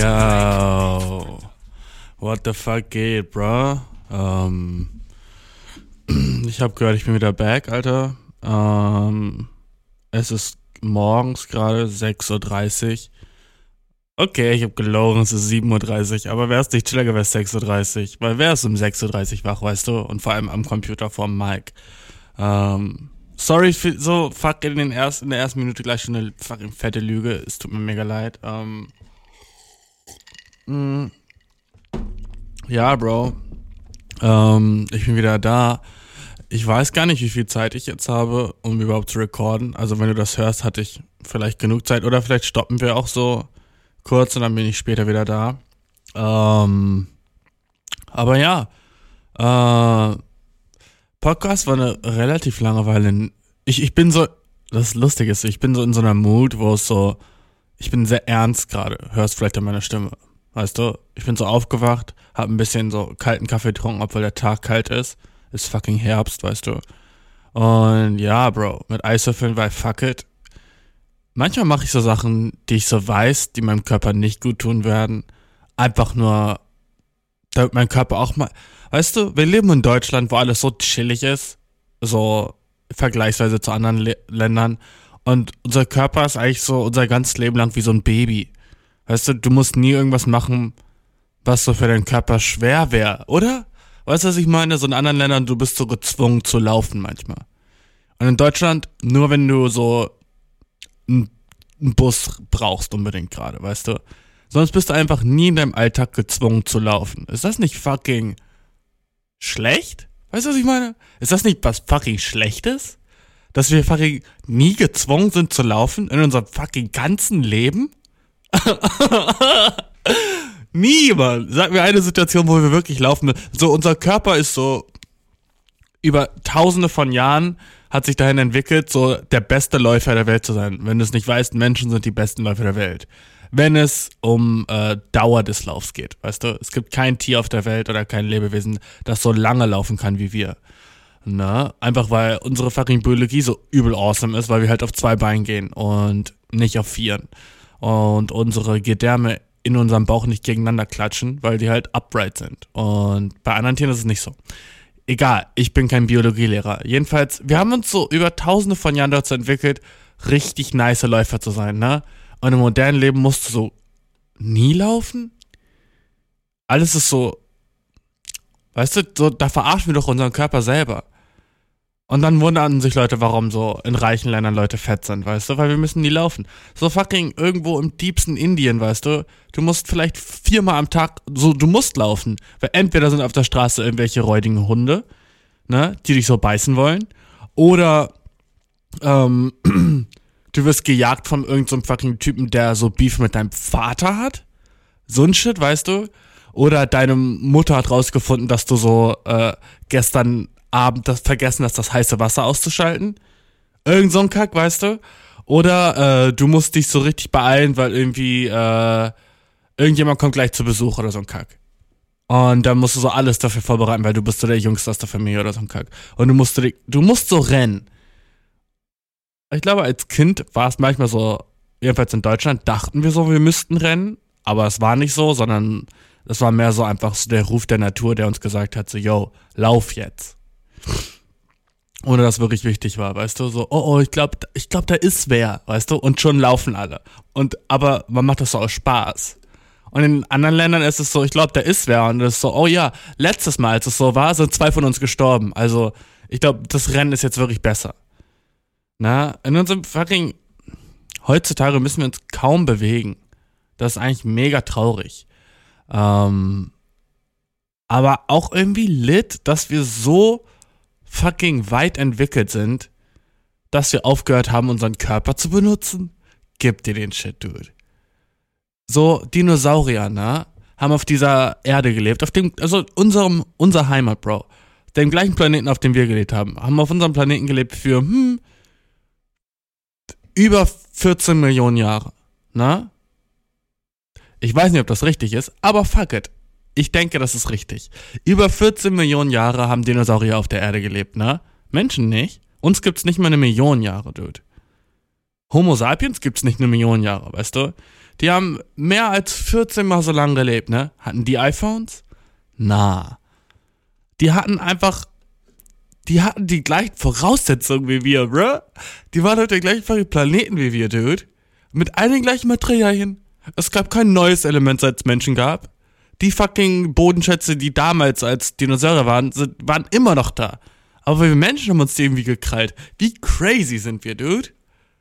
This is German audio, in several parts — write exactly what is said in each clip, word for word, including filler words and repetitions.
Yo, what the fuck geht, bro? Ähm, ich hab gehört, ich bin wieder back, Alter. Ähm, es ist morgens gerade sechs Uhr dreißig. Okay, ich hab gelogen, es ist sieben Uhr dreißig, aber wär's nicht chilliger, wär's sechs Uhr dreißig. Weil wer ist um sechs Uhr dreißig wach, weißt du? Und vor allem am Computer vorm Mic. Ähm, sorry für so, fuck, in, den ersten, in der ersten Minute gleich schon eine fucking fette Lüge. Es tut mir mega leid. Ähm, mh, ja, Bro. Ähm, ich bin wieder da. Ich weiß gar nicht, wie viel Zeit ich jetzt habe, um überhaupt zu recorden. Also wenn du das hörst, hatte ich vielleicht genug Zeit. Oder vielleicht stoppen wir auch so kurz und dann bin ich später wieder da. Ähm, aber ja, äh, Podcast war eine relativ lange Weile. Ich, ich bin so, das Lustige ist, ich bin so in so einer Mood, wo es so, ich bin sehr ernst gerade. Hörst vielleicht an meiner Stimme. Weißt du, ich bin so aufgewacht, hab ein bisschen so kalten Kaffee getrunken, obwohl der Tag kalt ist. Ist fucking Herbst, weißt du. Und ja, Bro, mit Eiswürfeln, weil fuck it. Manchmal mache ich so Sachen, die ich so weiß, die meinem Körper nicht gut tun werden. Einfach nur, damit mein Körper auch mal... Weißt du, wir leben in Deutschland, wo alles so chillig ist. So vergleichsweise zu anderen Le- Ländern. Und unser Körper ist eigentlich so unser ganzes Leben lang wie so ein Baby. Weißt du, du musst nie irgendwas machen, was so für deinen Körper schwer wäre, oder? Weißt du, was ich meine? So in anderen Ländern, du bist so gezwungen zu laufen manchmal. Und in Deutschland, nur wenn du so einen Bus brauchst unbedingt gerade, weißt du? Sonst bist du einfach nie in deinem Alltag gezwungen zu laufen. Ist das nicht fucking schlecht? Weißt du, was ich meine? Ist das nicht was fucking Schlechtes? Dass wir fucking nie gezwungen sind zu laufen in unserem fucking ganzen Leben? Nie, Mann. Sag mir eine Situation, wo wir wirklich laufen. So, unser Körper ist so über tausende von Jahren hat sich dahin entwickelt, so der beste Läufer der Welt zu sein. Wenn du es nicht weißt, Menschen sind die besten Läufer der Welt. Wenn es um äh, Dauer des Laufs geht, weißt du? Es gibt kein Tier auf der Welt oder kein Lebewesen, das so lange laufen kann wie wir. Na, einfach weil unsere fucking Biologie so übel awesome ist, weil wir halt auf zwei Beinen gehen und nicht auf vieren. Und unsere Gedärme in unserem Bauch nicht gegeneinander klatschen, weil die halt upright sind. Und bei anderen Tieren ist es nicht so. Egal, ich bin kein Biologielehrer. Jedenfalls, wir haben uns so über tausende von Jahren dazu entwickelt, richtig nice Läufer zu sein, ne? Und im modernen Leben musst du so nie laufen? Alles ist so, weißt du, so, da verarschen wir doch unseren Körper selber. Und dann wundern sich Leute, warum so in reichen Ländern Leute fett sind, weißt du? Weil wir müssen nie laufen. So fucking irgendwo im tiefsten Indien, weißt du? Du musst vielleicht viermal am Tag, so, du musst laufen. Weil entweder sind auf der Straße irgendwelche räudigen Hunde, ne? Die dich so beißen wollen. Oder, ähm, du wirst gejagt von irgendeinem so fucking Typen, der so Beef mit deinem Vater hat. So ein Shit, weißt du? Oder deine Mutter hat rausgefunden, dass du so, äh, gestern Abend das vergessen hast, das heiße Wasser auszuschalten. Irgend so ein Kack, weißt du? Oder äh, du musst dich so richtig beeilen, weil irgendwie äh, irgendjemand kommt gleich zu Besuch oder so ein Kack. Und dann musst du so alles dafür vorbereiten, weil du bist so der Jüngste aus der Familie oder so ein Kack. Und du musst, du musst so rennen. Ich glaube, als Kind war es manchmal so, jedenfalls in Deutschland, dachten wir so, wir müssten rennen. Aber es war nicht so, sondern es war mehr so einfach so der Ruf der Natur, der uns gesagt hat, so, yo, lauf jetzt. Ohne dass wirklich wichtig war, weißt du, so, oh, oh, ich glaube, ich glaub, da ist wer, weißt du, und schon laufen alle. Und, aber man macht das so aus Spaß. Und in anderen Ländern ist es so, ich glaube, da ist wer, und es ist so, oh ja, letztes Mal, als es so war, sind zwei von uns gestorben. Also, ich glaube, das Rennen ist jetzt wirklich besser. Na, in unserem fucking, heutzutage müssen wir uns kaum bewegen. Das ist eigentlich mega traurig. Ähm, aber auch irgendwie lit, dass wir so fucking weit entwickelt sind, dass wir aufgehört haben, unseren Körper zu benutzen. Gib dir den Shit, Dude. So, Dinosaurier, ne, haben auf dieser Erde gelebt, auf dem, also unserem, unser Heimat, Bro, dem gleichen Planeten, auf dem wir gelebt haben, haben auf unserem Planeten gelebt für, hm, über vierzehn Millionen Jahre, ne? Ich weiß nicht, ob das richtig ist, aber fuck it. Ich denke, das ist richtig. Über vierzehn Millionen Jahre haben Dinosaurier auf der Erde gelebt, ne? Menschen nicht. Uns gibt's nicht mal eine Million Jahre, Dude. Homo sapiens gibt's nicht eine Million Jahre, weißt du? Die haben mehr als vierzehn Mal so lange gelebt, ne? Hatten die iPhones? Na. Die hatten einfach, die hatten die gleichen Voraussetzungen wie wir, bro. Die waren auf den gleichen Planeten wie wir, dude. Mit all den gleichen Materialien. Es gab kein neues Element, seit es Menschen gab. Die fucking Bodenschätze, die damals als Dinosaurier waren, sind, waren immer noch da. Aber wir Menschen haben uns die irgendwie gekrallt. Wie crazy sind wir, dude?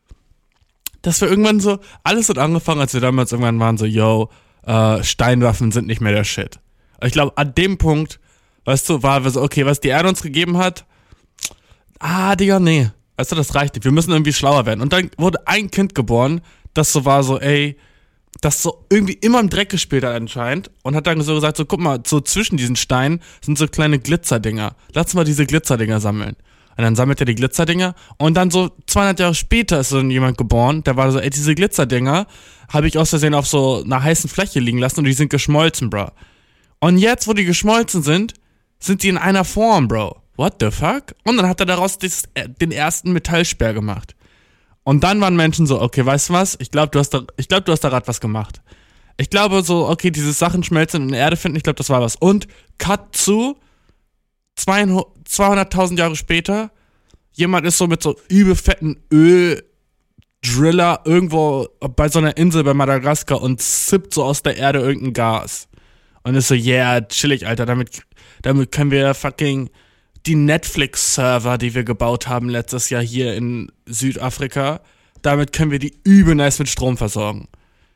Dass wir irgendwann so, alles hat angefangen, als wir damals irgendwann waren, so, yo, äh, Steinwaffen sind nicht mehr der Shit. Ich glaube, an dem Punkt, weißt du, war wir so, okay, was die Erde uns gegeben hat, ah, Digga, nee. Weißt du, das reicht nicht. Wir müssen irgendwie schlauer werden. Und dann wurde ein Kind geboren, das so war so, ey, das so irgendwie immer im Dreck gespielt hat anscheinend und hat dann so gesagt, so guck mal, so zwischen diesen Steinen sind so kleine Glitzerdinger. Lass mal diese Glitzerdinger sammeln. Und dann sammelt er die Glitzerdinger und dann so zweihundert Jahre später ist so jemand geboren, der war so, ey, diese Glitzerdinger habe ich aus Versehen auf so einer heißen Fläche liegen lassen und die sind geschmolzen, bro. Und jetzt, wo die geschmolzen sind, sind die in einer Form, bro. What the fuck? Und dann hat er daraus des, äh, den ersten Metallsperr gemacht. Und dann waren Menschen so, okay, weißt du was? Ich glaube, du hast da, ich glaube, du hast da gerade was gemacht. Ich glaube so, okay, diese Sachen schmelzen in der Erde finden, ich glaube, das war was. Und Cut zu zweihunderttausend Jahre später, jemand ist so mit so übelfetten Öldriller irgendwo bei so einer Insel bei Madagaskar und zippt so aus der Erde irgendein Gas. Und ist so, yeah, chillig, Alter, damit, damit können wir fucking die Netflix-Server, die wir gebaut haben letztes Jahr hier in Südafrika, damit können wir die übel nice mit Strom versorgen.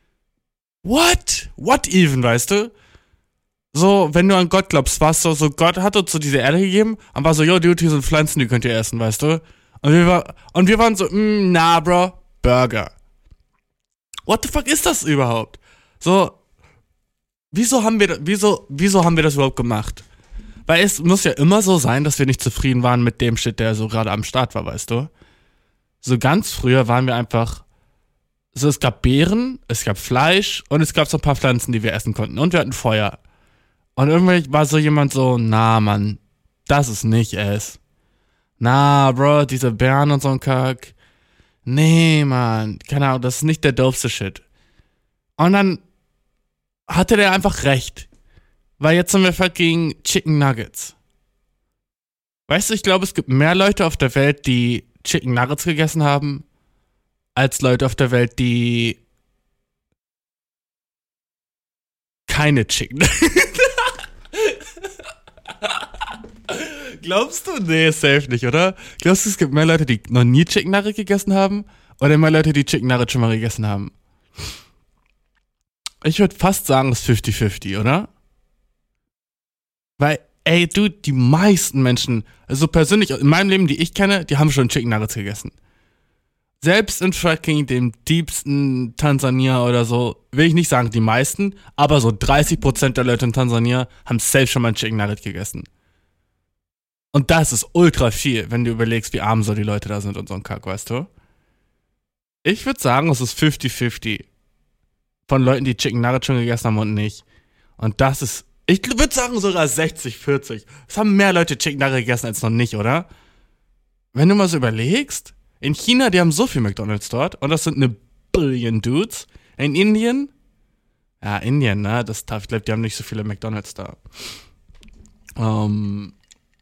What? What even, weißt du? So, wenn du an Gott glaubst, warst du so, Gott hat uns so diese Erde gegeben und war so, yo, dude, hier sind Pflanzen, die könnt ihr essen, weißt du? Und wir, war, und wir waren so, mm, na, bro, Burger. What the fuck ist das überhaupt? So, wieso haben wir, wieso, wieso haben wir das überhaupt gemacht? Weil es muss ja immer so sein, dass wir nicht zufrieden waren mit dem Shit, der so gerade am Start war, weißt du? So ganz früher waren wir einfach, so es gab Beeren, es gab Fleisch und es gab so ein paar Pflanzen, die wir essen konnten und wir hatten Feuer. Und irgendwie war so jemand so, na Mann, das ist nicht es. Na, Bro, diese Beeren und so ein Kack. Nee, Mann, keine Ahnung, das ist nicht der dopeste Shit. Und dann hatte der einfach recht. Weil jetzt sind wir fucking Chicken Nuggets. Weißt du, ich glaube, es gibt mehr Leute auf der Welt, die Chicken Nuggets gegessen haben, als Leute auf der Welt, die keine Chicken Nuggets. Glaubst du? Nee, safe nicht, oder? Glaubst du, es gibt mehr Leute, die noch nie Chicken Nugget gegessen haben? Oder mehr Leute, die Chicken Nugget schon mal gegessen haben? Ich würde fast sagen, es ist fifty fifty, oder? Weil, ey, du, die meisten Menschen, also persönlich in meinem Leben, die ich kenne, die haben schon Chicken Nuggets gegessen. Selbst in fucking dem tiefsten Tansania oder so, will ich nicht sagen die meisten, aber so dreißig Prozent der Leute in Tansania haben safe schon mal ein Chicken Nugget gegessen. Und das ist ultra viel, wenn du überlegst, wie arm so die Leute da sind und so ein Kack, weißt du? Ich würde sagen, es ist fifty fifty. Von Leuten, die Chicken Nuggets schon gegessen haben und nicht. Und das ist, ich würde sagen sogar sechzig vierzig. Es haben mehr Leute Chicken Nuggets gegessen als noch nicht, oder? Wenn du mal so überlegst, in China, die haben so viel McDonald's dort und das sind eine Billion Dudes. In Indien, ja, Indien, ne, das darf, ich glaube, die haben nicht so viele McDonald's da. Ähm,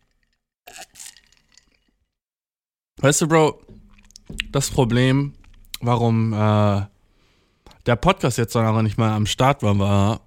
weißt du, Bro, das Problem, warum äh, der Podcast jetzt noch nicht mal am Start war, war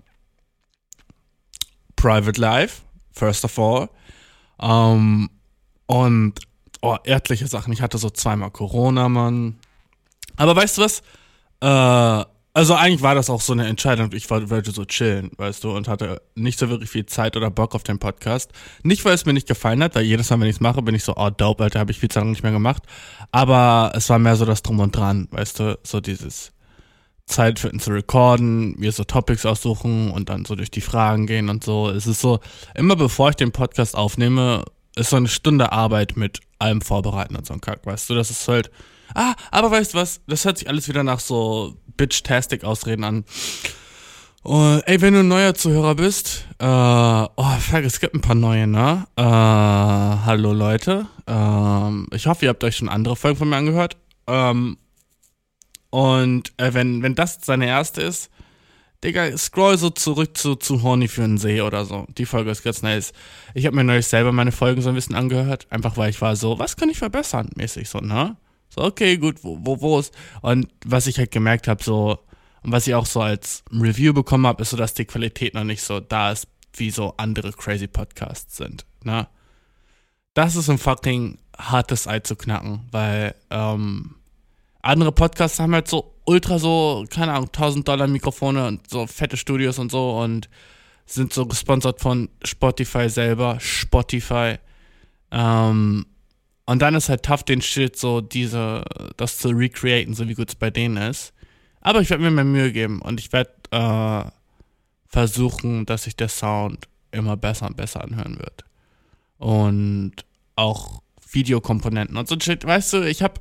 Private Life, first of all. Ähm, und oh, örtliche Sachen. Ich hatte so zweimal Corona, Mann. Aber weißt du was? Äh, also eigentlich war das auch so eine Entscheidung. Ich wollte so chillen, weißt du, und hatte nicht so wirklich viel Zeit oder Bock auf den Podcast. Nicht, weil es mir nicht gefallen hat, weil jedes Mal, wenn ich es mache, bin ich so, oh, dope, Alter, habe ich viel Zeit nicht mehr gemacht. Aber es war mehr so das Drum und Dran, weißt du, so dieses Zeit finden zu recorden, wir so Topics aussuchen und dann so durch die Fragen gehen und so. Es ist so, immer bevor ich den Podcast aufnehme, ist so eine Stunde Arbeit mit allem vorbereiten und so ein Kack, weißt du, das ist halt, ah, aber weißt du was, das hört sich alles wieder nach so Bitch-Tastic-Ausreden an. Oh, ey, wenn du ein neuer Zuhörer bist, äh, oh, fuck, es gibt ein paar neue, ne? Äh, hallo Leute, ähm, ich hoffe, ihr habt euch schon andere Folgen von mir angehört, ähm, Und äh, wenn, wenn das seine erste ist, Digga, scroll so zurück zu, zu Horny für einen See oder so. Die Folge ist ganz nice. Ich habe mir neulich selber meine Folgen so ein bisschen angehört, einfach weil ich war so, was kann ich verbessern, mäßig so, ne? So, okay, gut, wo, wo, wo ist? Und was ich halt gemerkt habe, so, und was ich auch so als Review bekommen habe, ist so, dass die Qualität noch nicht so da ist, wie so andere crazy Podcasts sind, ne? Das ist ein fucking hartes Ei zu knacken, weil, ähm, andere Podcasts haben halt so ultra so, keine Ahnung, tausend Dollar Mikrofone und so fette Studios und so und sind so gesponsert von Spotify selber, Spotify. Ähm, und dann ist halt tough, den Shit so diese, das zu recreaten, so wie gut es bei denen ist. Aber ich werde mir mehr Mühe geben und ich werde äh, versuchen, dass sich der Sound immer besser und besser anhören wird. Und auch Videokomponenten und so Shit, weißt du, ich hab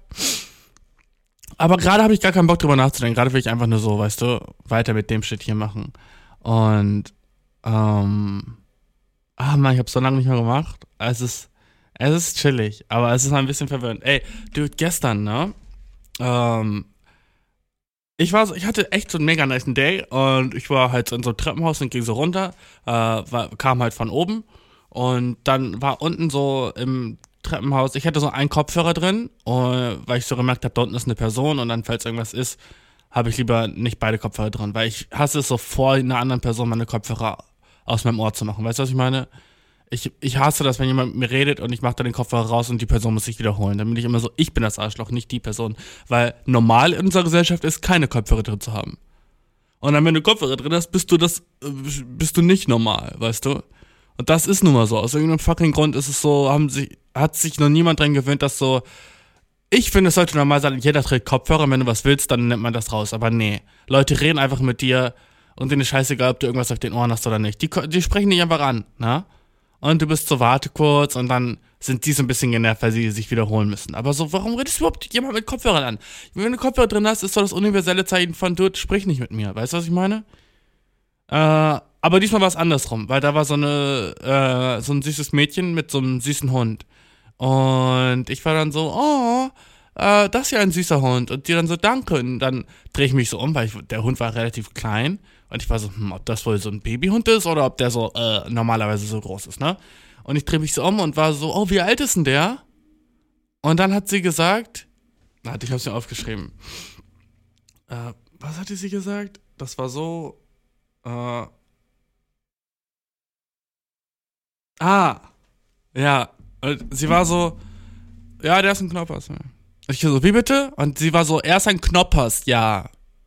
aber gerade habe ich gar keinen Bock drüber nachzudenken. Gerade will ich einfach nur so, weißt du, weiter mit dem Shit hier machen. Und, ähm, ah Mann, ich habe so lange nicht mehr gemacht. Es ist, es ist chillig, aber es ist ein bisschen verwirrend. Ey, dude, gestern, ne, ähm, ich war so, ich hatte echt so einen mega nice Day und ich war halt so in so einem Treppenhaus und ging so runter, äh, war, kam halt von oben und dann war unten so im Treppenhaus, ich hatte so einen Kopfhörer drin, uh, weil ich so gemerkt habe, da unten ist eine Person und dann, falls irgendwas ist, habe ich lieber nicht beide Kopfhörer drin, weil ich hasse es so vor einer anderen Person meine Kopfhörer aus meinem Ohr zu machen. Weißt du, was ich meine? Ich, ich hasse das, wenn jemand mit mir redet und ich mache dann den Kopfhörer raus und die Person muss sich wiederholen. Dann bin ich immer so, ich bin das Arschloch, nicht die Person. Weil normal in unserer Gesellschaft ist, keine Kopfhörer drin zu haben. Und dann, wenn du Kopfhörer drin hast, bist du das, bist du nicht normal, weißt du? Und das ist nun mal so. Aus irgendeinem fucking Grund ist es so, haben sich, hat sich noch niemand dran gewöhnt, dass so, ich finde, es sollte normal sein, jeder trägt Kopfhörer, wenn du was willst, dann nimmt man das raus. Aber nee, Leute reden einfach mit dir und denen ist scheißegal, ob du irgendwas auf den Ohren hast oder nicht. Die, die sprechen dich einfach an, ne? Und du bist so, warte kurz und dann sind die so ein bisschen genervt, weil sie sich wiederholen müssen. Aber so, warum redest du überhaupt jemand mit Kopfhörern an? Wenn du Kopfhörer drin hast, ist doch das universelle Zeichen von, du, sprich nicht mit mir. Weißt du, was ich meine? Äh, aber diesmal war es andersrum, weil da war so eine, äh, so ein süßes Mädchen mit so einem süßen Hund. Und ich war dann so, oh, äh, das ist ja ein süßer Hund. Und die dann so, danke. Und dann drehe ich mich so um, weil ich, der Hund war relativ klein. Und ich war so, hm, ob das wohl so ein Babyhund ist oder ob der so äh, normalerweise so groß ist, ne? Und ich drehe mich so um und war so, oh, wie alt ist denn der? Und dann hat sie gesagt, warte, ich hab's mir aufgeschrieben. Äh, was hatte sie gesagt? Das war so, äh, ah, ja. Und sie war so, ja, der ist ein Knoppers. Ich so, wie bitte? Und sie war so, er ist ein Knoppers, ja.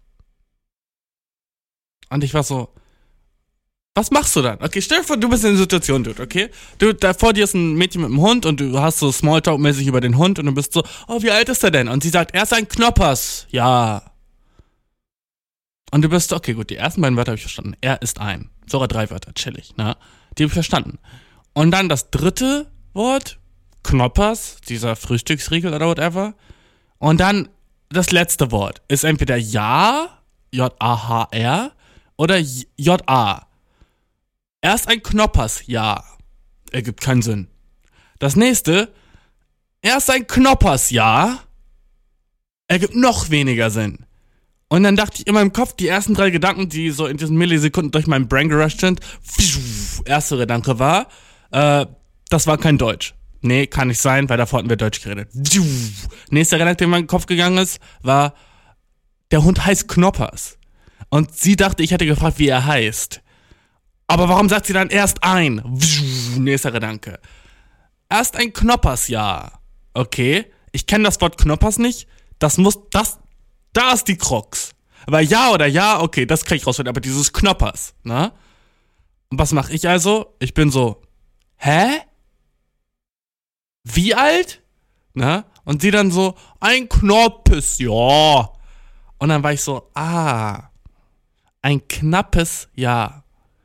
Und ich war so, was machst du dann? Okay, stell dir vor, du bist in der Situation, Dude, okay? Du, da vor dir ist ein Mädchen mit einem Hund und du hast so Smalltalk-mäßig über den Hund und du bist so, oh, wie alt ist er denn? Und sie sagt, er ist ein Knoppers, ja. Und du bist so, okay, gut, die ersten beiden Wörter habe ich verstanden. Er ist ein. Sogar drei Wörter, chillig, ne? Die habe ich verstanden. Und dann das dritte Wort, Knoppers, dieser Frühstücksriegel oder whatever. Und dann das letzte Wort ist entweder ja, J A H R, oder J A. Er ist ein Knoppers, ja. Ergibt keinen Sinn. Das nächste, er ist ein Knoppers, ja. Ergibt noch weniger Sinn. Und dann dachte ich in meinem Kopf, die ersten drei Gedanken, die so in diesen Millisekunden durch meinen Brain gerusht sind, erster Gedanke war, äh, das war kein Deutsch. Nee, kann nicht sein, weil davor hatten wir Deutsch geredet. Nächster Gedanke, der in meinen Kopf gegangen ist, war, der Hund heißt Knoppers. Und sie dachte, ich hätte gefragt, wie er heißt. Aber warum sagt sie dann erst ein? Nächster Gedanke. Erst ein Knoppers, ja. Okay, ich kenne das Wort Knoppers nicht. Das muss, das, da ist die Krux. Weil ja oder ja, okay, das kann ich rausfinden, aber dieses Knoppers, ne? Und was mache ich also? Ich bin so, hä? Wie alt? Ne? Und sie dann so, ein Knoppes, ja. Und dann war ich so, ah, ein knappes Ja.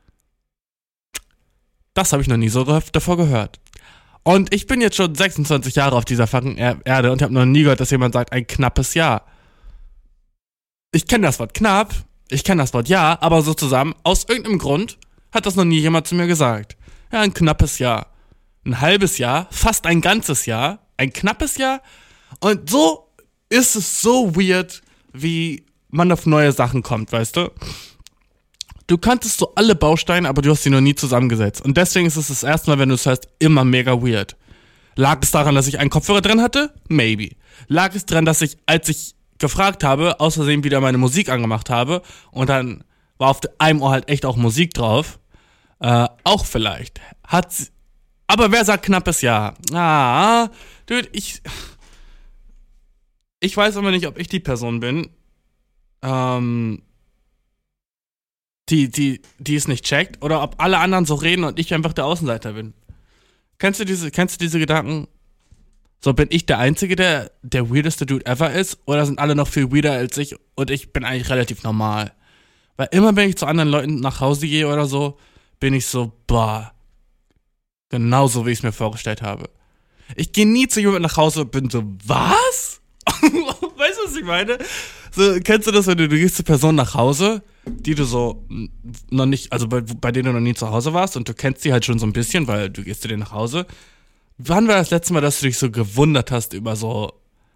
Das habe ich noch nie so davor gehört. Und ich bin jetzt schon sechsundzwanzig Jahre auf dieser fucking Erde und habe noch nie gehört, dass jemand sagt, ein knappes Ja. Ich kenne das Wort knapp, ich kenne das Wort Ja, aber so zusammen, aus irgendeinem Grund, hat das noch nie jemand zu mir gesagt. Ja, ein knappes Ja. Ein halbes Jahr, fast ein ganzes Jahr, ein knappes Jahr. Und so ist es so weird, wie man auf neue Sachen kommt, weißt du? Du kanntest so alle Bausteine, aber du hast sie noch nie zusammengesetzt. Und deswegen ist es das erste Mal, wenn du es hörst, immer mega weird. Lag es daran, dass ich einen Kopfhörer drin hatte? Maybe. Lag es daran, dass ich, als ich gefragt habe, aus Versehen wieder meine Musik angemacht habe und dann war auf einem Ohr halt echt auch Musik drauf? Äh, auch vielleicht. Hat sie, aber wer sagt knappes Ja? Ah, dude, ich... Ich weiß aber nicht, ob ich die Person bin, ähm... Die, die, die es nicht checkt, oder ob alle anderen so reden und ich einfach der Außenseiter bin. Kennst du diese, kennst du diese Gedanken? So, bin ich der Einzige, der der weirdeste Dude ever ist, oder sind alle noch viel weirder als ich und ich bin eigentlich relativ normal? Weil immer, wenn ich zu anderen Leuten nach Hause gehe oder so, bin ich so, boah, genauso wie ich es mir vorgestellt habe. Ich gehe nie zu jemandem nach Hause und bin so, was? Weißt du, was ich meine? So, kennst du das, wenn du, du gehst zur Person nach Hause, die du so noch nicht, also bei, bei denen du noch nie zu Hause warst und du kennst die halt schon so ein bisschen, weil du gehst zu denen nach Hause. Wann war das letzte Mal, dass du dich so gewundert hast über so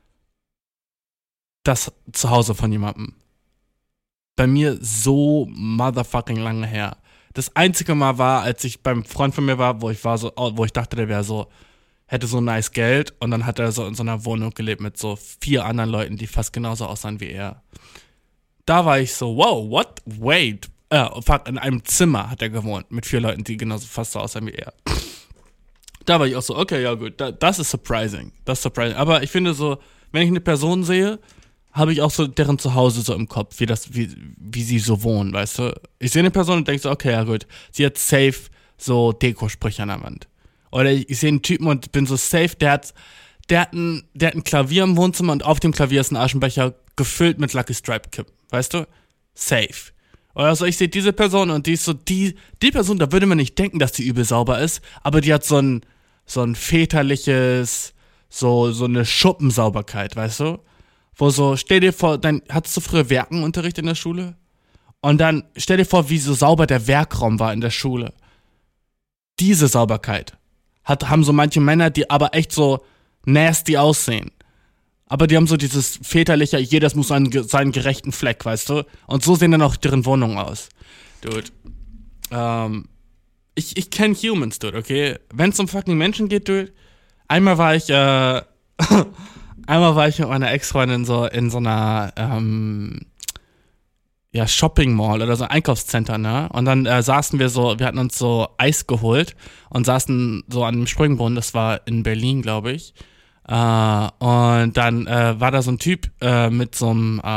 das Zuhause von jemandem? Bei mir so motherfucking lange her. Das einzige Mal war, als ich beim Freund von mir war, wo ich war so, wo ich dachte, der wäre so, hätte so nice Geld und dann hat er so in so einer Wohnung gelebt mit so vier anderen Leuten, die fast genauso aussahen wie er. Da war ich so, wow, what? Wait. Äh, fuck, in einem Zimmer hat er gewohnt mit vier Leuten, die genauso fast so aussahen wie er. Da war ich auch so, okay, ja gut, da, das ist surprising. Das ist surprising. Aber ich finde so, wenn ich eine Person sehe, habe ich auch so deren Zuhause so im Kopf, wie das, wie, wie sie so wohnen, weißt du? Ich sehe eine Person und denke so, okay, ja gut, sie hat safe so Dekosprüche an der Wand. Oder ich sehe einen Typen und bin so safe, der hat, der hat ein, der hat ein Klavier im Wohnzimmer und auf dem Klavier ist ein Aschenbecher gefüllt mit Lucky Strike Kippen, weißt du? Safe. Oder so, ich sehe diese Person und die ist so, die, die Person, da würde man nicht denken, dass die übel sauber ist, aber die hat so ein, so ein väterliches, so, so eine Schuppensauberkeit, weißt du? Wo so, stell dir vor, dann hattest du früher Werkenunterricht in der Schule? Und dann stell dir vor, wie so sauber der Werkraum war in der Schule. Diese Sauberkeit hat, haben so manche Männer, die aber echt so nasty aussehen. Aber die haben so dieses väterliche, jedes muss seinen, seinen gerechten Fleck, weißt du? Und so sehen dann auch deren Wohnungen aus. Dude. Ähm, ich, ich kenne Humans, dude, okay? Wenn es um fucking Menschen geht, dude. Einmal war ich, äh, einmal war ich mit meiner Ex-Freundin so in so einer, ähm, ja, Shopping Mall oder so ein Einkaufscenter, ne? Und dann äh, saßen wir so, wir hatten uns so Eis geholt und saßen so an einem Springbrunnen, das war in Berlin, glaube ich. Äh, und dann äh, war da so ein Typ äh, mit so einem, äh,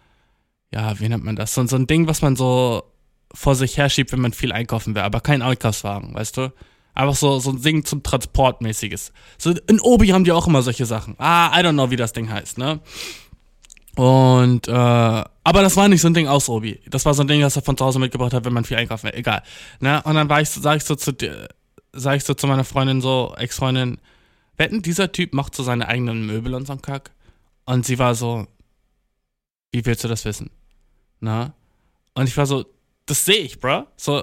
ja, wie nennt man das? So, so ein Ding, was man so vor sich herschiebt, wenn man viel einkaufen will, aber kein Einkaufswagen, weißt du? Einfach so, so ein Ding zum Transportmäßiges. So, in Obi haben die auch immer solche Sachen. Ah, I don't know, wie das Ding heißt, ne? Und, äh, aber das war nicht so ein Ding aus Obi. Das war so ein Ding, das er von zu Hause mitgebracht hat, wenn man viel einkaufen will. Egal. Ne? Und dann war ich, sag ich so zu dir, sag ich so zu meiner Freundin, so, Ex-Freundin, wetten, dieser Typ macht so seine eigenen Möbel und so einen Kack. Und sie war so, wie willst du das wissen? Na? Und ich war so, das sehe ich, bro. So,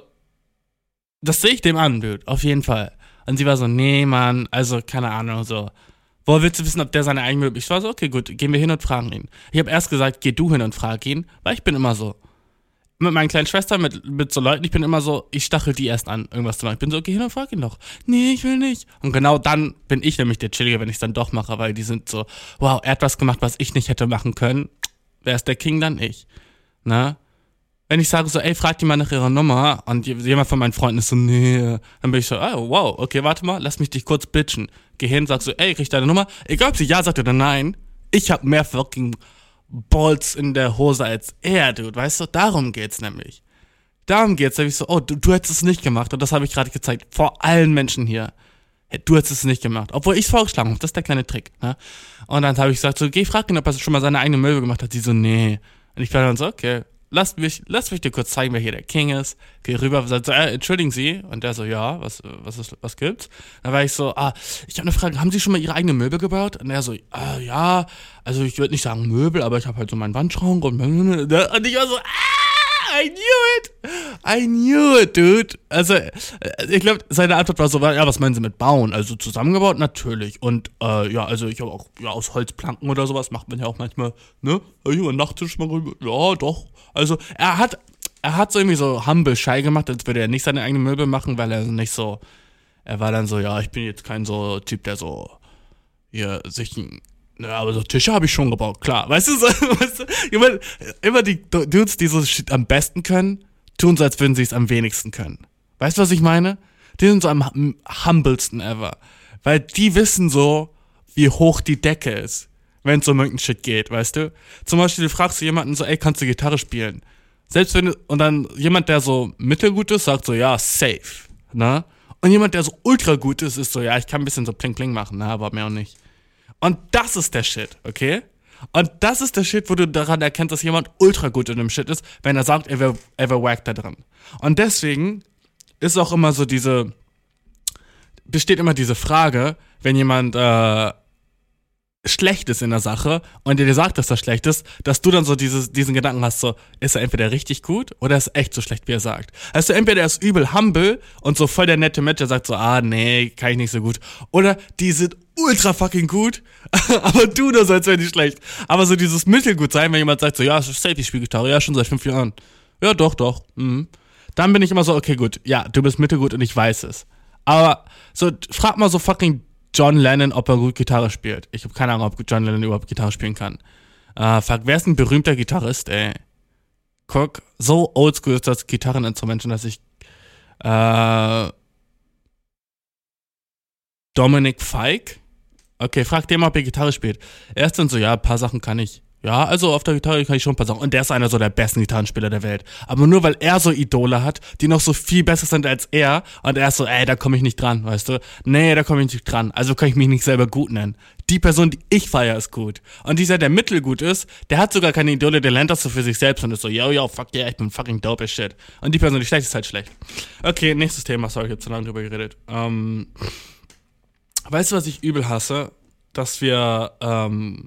das sehe ich dem an, dude. Auf jeden Fall. Und sie war so, nee, Mann, also, keine Ahnung, so. Woher willst du wissen, ob der seine eigenen Möbel... Ich war so, okay, gut, gehen wir hin und fragen ihn. Ich habe erst gesagt, geh du hin und frag ihn, weil ich bin immer so. Mit meinen kleinen Schwestern, mit, mit so Leuten, ich bin immer so, ich stachel die erst an, irgendwas zu machen. Ich bin so, geh hin und frag ihn doch. Nee, ich will nicht. Und genau dann bin ich nämlich der Chillige, wenn ich es dann doch mache, weil die sind so, wow, er hat was gemacht, was ich nicht hätte machen können. Wer ist der King dann? Ich. Na? Wenn ich sage so, ey, frag die mal nach ihrer Nummer und jemand von meinen Freunden ist so, nee, dann bin ich so, oh, wow, okay, warte mal, lass mich dich kurz bitchen. Geh hin, sag so, ey, krieg ich deine Nummer? Egal, ob sie ja sagt oder nein, ich hab mehr fucking Balls in der Hose als er, dude, weißt du? Darum geht's nämlich. Darum geht's, da hab ich so, oh, du, du hättest es nicht gemacht und das habe ich gerade gezeigt, vor allen Menschen hier. Du hättest es nicht gemacht, obwohl ich es vorgeschlagen habe, das ist der kleine Trick, ne? Und dann habe ich gesagt so, geh, frag ihn, ob er schon mal seine eigene Möbel gemacht hat. Sie so, nee. Und ich war dann so, okay. Lasst mich, lasst mich dir kurz zeigen, wer hier der King ist. Geh rüber und sag so, äh, entschuldigen Sie. Und der so, ja, was, was ist, was gibt's? Dann war ich so, ah, ich habe eine Frage, haben Sie schon mal Ihre eigenen Möbel gebaut? Und er so, ah, ja, also ich würde nicht sagen Möbel, aber ich habe halt so meinen Wandschrank und, und ich war so, ah, I knew it! I knew it, dude. Also, ich glaube, seine Antwort war so, ja, was meinen Sie mit bauen? Also zusammengebaut? Natürlich. Und, äh, ja, also ich habe auch, ja, aus Holzplanken oder sowas macht man ja auch manchmal, ne? Hier, ein Nachttisch mal rüber. Ja, doch. Also, er hat, er hat so irgendwie so humble shy gemacht, als würde er nicht seine eigenen Möbel machen, weil er nicht so, er war dann so, ja, ich bin jetzt kein so Typ, der so, hier, sich ein, ja, aber so Tische habe ich schon gebaut, klar. Weißt du, so, weißt du, immer, immer die Dudes, die so Shit am besten können, tun so, als würden sie es am wenigsten können. Weißt du, was ich meine? Die sind so am hum- humblesten ever. Weil die wissen so, wie hoch die Decke ist, wenn es um irgendeinen Shit geht, weißt du? Zum Beispiel, du fragst du jemanden so, ey, kannst du Gitarre spielen? Selbst wenn du, und dann jemand, der so mittelgut ist, sagt so, ja, safe, ne? Und jemand, der so ultra gut ist, ist so, ja, ich kann ein bisschen so Pling-Pling machen, ne, aber mehr auch nicht. Und das ist der Shit, okay? Und das ist der Shit, wo du daran erkennst, dass jemand ultra gut in dem Shit ist, wenn er sagt, er wäre er wär wack da drin. Und deswegen ist auch immer so diese, besteht immer diese Frage, wenn jemand äh, schlecht ist in der Sache und der dir sagt, dass er schlecht ist, dass du dann so dieses, diesen Gedanken hast, so, ist er entweder richtig gut oder ist er echt so schlecht, wie er sagt. Also entweder er ist übel humble und so voll der nette Mensch, der sagt so, ah, nee, kann ich nicht so gut. Oder die sind ultra fucking gut, aber du nur so, als wäre die schlecht. Aber so dieses Mittelgut sein, wenn jemand sagt so, ja, safe, ich spiele Gitarre, ja, schon seit fünf Jahren. Ja, doch, doch. Mhm. Dann bin ich immer so, okay, gut, ja, du bist mittelgut und ich weiß es. Aber so, frag mal so fucking John Lennon, ob er gut Gitarre spielt. Ich habe keine Ahnung, ob John Lennon überhaupt Gitarre spielen kann. Äh, fuck, wer ist ein berühmter Gitarrist, ey? Guck, so oldschool ist das Gitarreninstrument schon, dass ich äh, Dominic Fike? Okay, frag den mal, ob er Gitarre spielt. Er ist dann so, ja, ein paar Sachen kann ich. Ja, also auf der Gitarre kann ich schon ein paar Sachen. Und der ist einer so der besten Gitarrenspieler der Welt. Aber nur weil er so Idole hat, die noch so viel besser sind als er. Und er ist so, ey, da komme ich nicht dran, weißt du? Nee, da komme ich nicht dran. Also kann ich mich nicht selber gut nennen. Die Person, die ich feiere, ist gut. Und dieser, der mittelgut ist, der hat sogar keine Idole, der lernt das so für sich selbst und ist so, yo, yo, fuck yeah, ich bin fucking dope as shit. Und die Person, die schlecht ist, halt schlecht. Okay, nächstes Thema, sorry, ich hab zu lange drüber geredet. Ähm, weißt du, was ich übel hasse? Dass wir, ähm,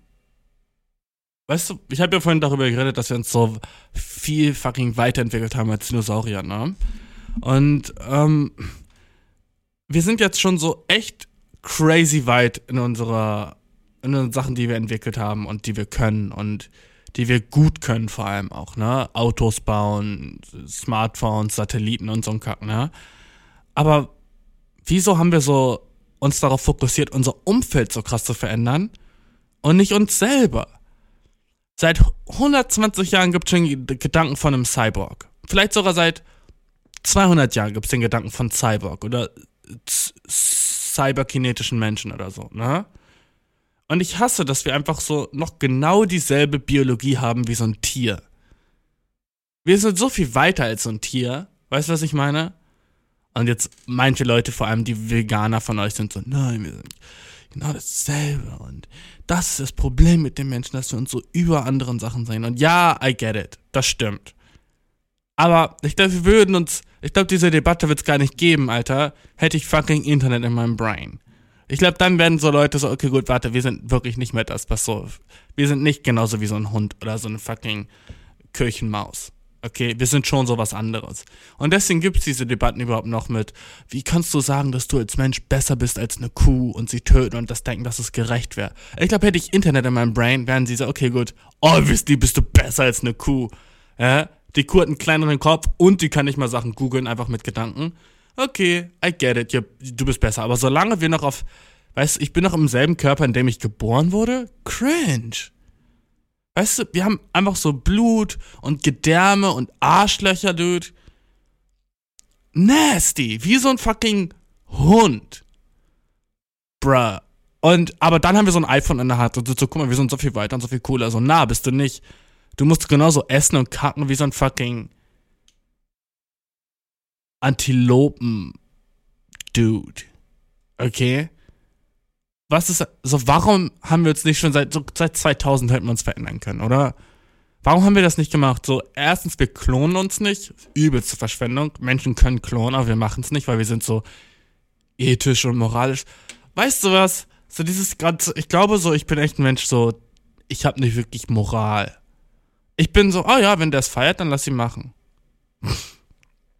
weißt du, ich habe ja vorhin darüber geredet, dass wir uns so viel fucking weiterentwickelt haben als Dinosaurier, ne? Und ähm, wir sind jetzt schon so echt crazy weit in unserer, in den Sachen, die wir entwickelt haben und die wir können und die wir gut können vor allem auch, ne? Autos bauen, Smartphones, Satelliten und so ein Kack, ne? Aber wieso haben wir so uns darauf fokussiert, unser Umfeld so krass zu verändern und nicht uns selber? Seit hundertzwanzig Jahren gibt es schon Gedanken von einem Cyborg. Vielleicht sogar seit zweihundert Jahren gibt es den Gedanken von Cyborg oder z- cyberkinetischen Menschen oder so, ne? Und ich hasse, dass wir einfach so noch genau dieselbe Biologie haben wie so ein Tier. Wir sind so viel weiter als so ein Tier. Weißt du, was ich meine? Und jetzt manche Leute, vor allem die Veganer von euch, sind so, nein, wir sind genau dasselbe. Und das ist das Problem mit den Menschen, dass wir uns so über anderen Sachen sehen. Und ja, I get it. Das stimmt. Aber ich glaube, wir würden uns, ich glaube, diese Debatte wird es gar nicht geben, Alter, hätte ich fucking Internet in meinem Brain. Ich glaube, dann werden so Leute so, okay, gut, warte, wir sind wirklich nicht mehr das, was so, wir sind nicht genauso wie so ein Hund oder so eine fucking Kirchenmaus. Okay, wir sind schon so was anderes. Und deswegen gibt es diese Debatten überhaupt noch mit, wie kannst du sagen, dass du als Mensch besser bist als eine Kuh und sie töten und das denken, dass es gerecht wäre. Ich glaube, hätte ich Internet in meinem Brain, wären sie so, okay, gut, obviously bist du besser als eine Kuh. Ja? Die Kuh hat einen kleineren Kopf und die kann nicht mal Sachen googeln, einfach mit Gedanken. Okay, I get it, ja, du bist besser. Aber solange wir noch auf, weißt du, ich bin noch im selben Körper, in dem ich geboren wurde, cringe. Weißt du, wir haben einfach so Blut und Gedärme und Arschlöcher, dude. Nasty, wie so ein fucking Hund. Bruh. Und, aber dann haben wir so ein iPhone in der Hand und so, guck mal, wir sind so viel weiter und so viel cooler. So, na, bist du nicht. Du musst genauso essen und kacken wie so ein fucking Antilopen-Dude. Okay? Was ist, so, warum haben wir uns nicht schon seit, so, seit zweitausend hätten wir uns verändern können, oder? Warum haben wir das nicht gemacht? So, erstens, wir klonen uns nicht. Übelste Verschwendung. Menschen können klonen, aber wir machen es nicht, weil wir sind so ethisch und moralisch. Weißt du was? So dieses ganze, ich glaube so, ich bin echt ein Mensch so, ich habe nicht wirklich Moral. Ich bin so, oh ja, wenn der es feiert, dann lass ihn machen.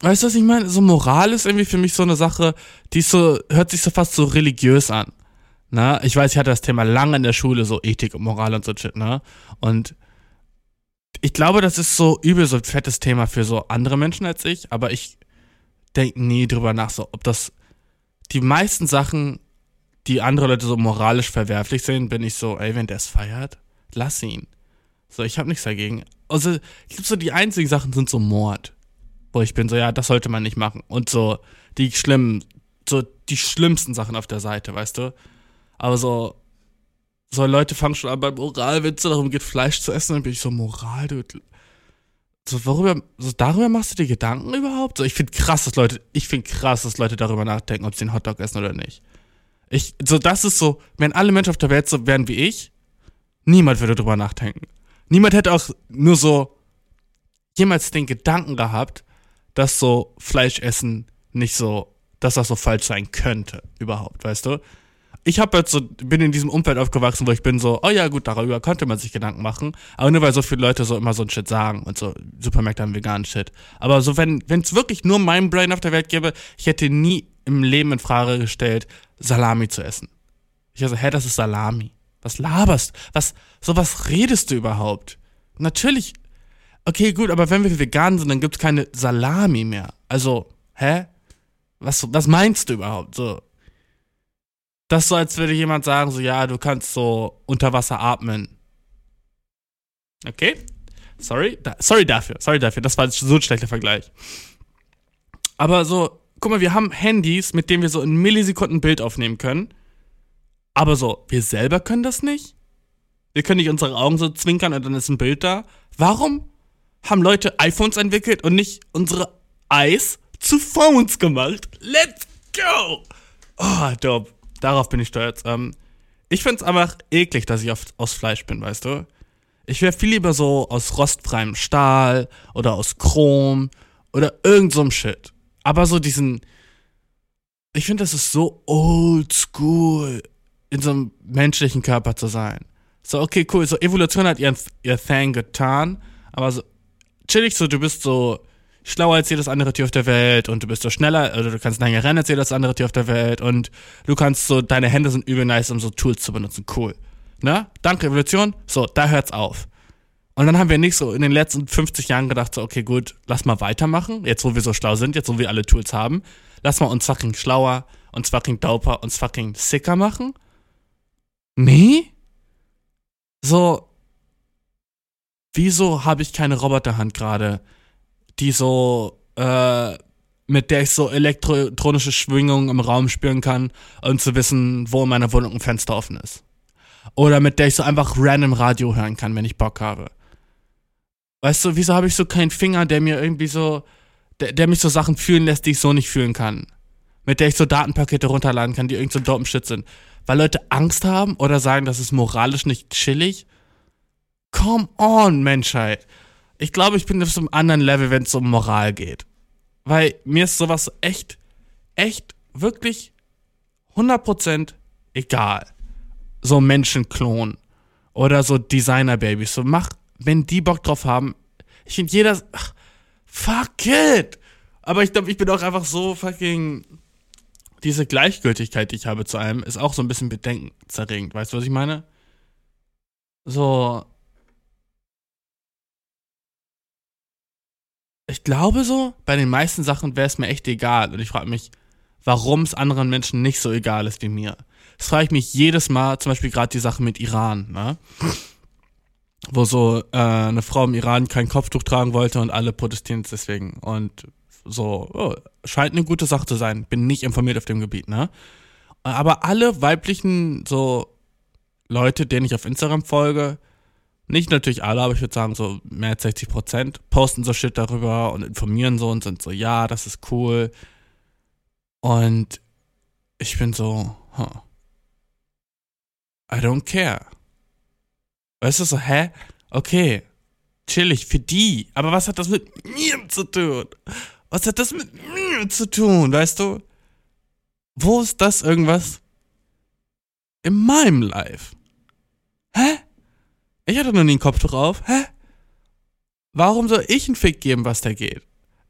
weißt du, was ich meine? So Moral ist irgendwie für mich so eine Sache, die ist so, hört sich so fast so religiös an. Na, ich weiß, ich hatte das Thema lange in der Schule, so Ethik und Moral und so Shit, ne? Und ich glaube, das ist so übel so ein fettes Thema für so andere Menschen als ich, aber ich denke nie drüber nach, so, ob das die meisten Sachen, die andere Leute so moralisch verwerflich sehen, bin ich so, ey, wenn der es feiert, lass ihn. So, ich habe nichts dagegen. Also, ich glaube so, die einzigen Sachen sind so Mord. Wo ich bin so, ja, das sollte man nicht machen. Und so, die schlimmen, so, die schlimmsten Sachen auf der Seite, weißt du? Aber so, so Leute fangen schon an bei Moral, wenn es darum geht, Fleisch zu essen, dann bin ich so, Moral, du, so, worüber, so, darüber machst du dir Gedanken überhaupt? So, ich finde krass, dass Leute, ich finde krass, dass Leute darüber nachdenken, ob sie einen Hotdog essen oder nicht. Ich, so, das ist so, wenn alle Menschen auf der Welt so wären wie ich, niemand würde drüber nachdenken. Niemand hätte auch nur so jemals den Gedanken gehabt, dass so Fleischessen nicht so, dass das so falsch sein könnte, überhaupt, weißt du? Ich hab jetzt so, bin in diesem Umfeld aufgewachsen, wo ich bin so, oh ja gut, darüber konnte man sich Gedanken machen, aber nur weil so viele Leute so immer so ein Shit sagen und so, Supermärkte haben veganen Shit. Aber so, wenn es wirklich nur mein Brain auf der Welt gäbe, ich hätte nie im Leben in Frage gestellt, Salami zu essen. Ich so, hä, das ist Salami. Was laberst? Was, so was redest du überhaupt? Natürlich, okay, gut, aber wenn wir vegan sind, dann gibt's keine Salami mehr. Also, hä? Was, was meinst du überhaupt? So. Das ist so, als würde jemand sagen, so, ja, du kannst so unter Wasser atmen. Okay? Sorry, da, sorry dafür, sorry dafür, das war so ein schlechter Vergleich. Aber so, guck mal, wir haben Handys, mit denen wir so in Millisekunden ein Bild aufnehmen können. Aber so, wir selber können das nicht? Wir können nicht unsere Augen so zwinkern und dann ist ein Bild da. Warum haben Leute iPhones entwickelt und nicht unsere Eyes zu Phones gemacht? Let's go! Oh, dope. Darauf bin ich stolz. Ähm, ich find's einfach eklig, dass ich auf, aus Fleisch bin, weißt du? Ich wäre viel lieber so aus rostfreiem Stahl oder aus Chrom oder irgend so'm Shit. Aber so diesen, ich finde, das ist so old school, in so einem menschlichen Körper zu sein. So, okay, cool, so Evolution hat ihren, ihr Thing getan, aber so chillig so, du bist so schlauer als jedes andere Tier auf der Welt und du bist so schneller, oder du kannst länger rennen als jedes andere Tier auf der Welt und du kannst so, deine Hände sind übel nice, um so Tools zu benutzen, cool. Ne? Danke, Evolution, so, da hört's auf. Und dann haben wir nicht so in den letzten fünfzig Jahren gedacht, so, okay, gut, lass mal weitermachen, jetzt wo wir so schlau sind, jetzt wo wir alle Tools haben, lass mal uns fucking schlauer, uns fucking doper, uns fucking sicker machen. Nee? So, wieso habe ich keine Roboterhand gerade, die so, äh, mit der ich so elektronische Schwingungen im Raum spüren kann, um zu wissen, wo in meiner Wohnung ein Fenster offen ist. Oder mit der ich so einfach random Radio hören kann, wenn ich Bock habe. Weißt du, wieso habe ich so keinen Finger, der mir irgendwie so, der, der mich so Sachen fühlen lässt, die ich so nicht fühlen kann? Mit der ich so Datenpakete runterladen kann, die irgend so dopen Shit sind. Weil Leute Angst haben oder sagen, das ist moralisch nicht chillig? Come on, Menschheit. Ich glaube, ich bin auf so einem anderen Level, wenn es um Moral geht. Weil mir ist sowas echt, echt, wirklich hundert Prozent egal. So Menschenklon oder so Designer-Babys. So mach, wenn die Bock drauf haben. Ich finde jeder, ach, fuck it. Aber ich glaube, ich bin auch einfach so fucking, diese Gleichgültigkeit, die ich habe zu einem, ist auch so ein bisschen bedenkenzerregend. Weißt du, was ich meine? So, ich glaube so, bei den meisten Sachen wäre es mir echt egal. Und ich frage mich, warum es anderen Menschen nicht so egal ist wie mir. Das frage ich mich jedes Mal, zum Beispiel gerade die Sache mit Iran, ne? Wo so äh, eine Frau im Iran kein Kopftuch tragen wollte und alle protestieren deswegen. Und so, oh, scheint eine gute Sache zu sein. Bin nicht informiert auf dem Gebiet, ne? Aber alle weiblichen so Leute, denen ich auf Instagram folge, nicht natürlich alle, aber ich würde sagen so mehr als sechzig Prozent, posten so Shit darüber und informieren so und sind so, ja, das ist cool. Und ich bin so, huh, I don't care. Weißt du, so, hä? Okay, chillig, für die. Aber was hat das mit mir zu tun? Was hat das mit mir zu tun, weißt du? Wo ist das irgendwas in meinem Life? Hä? Ich hatte noch nie einen Kopftuch auf. Hä? Warum soll ich einen Fick geben, was da geht?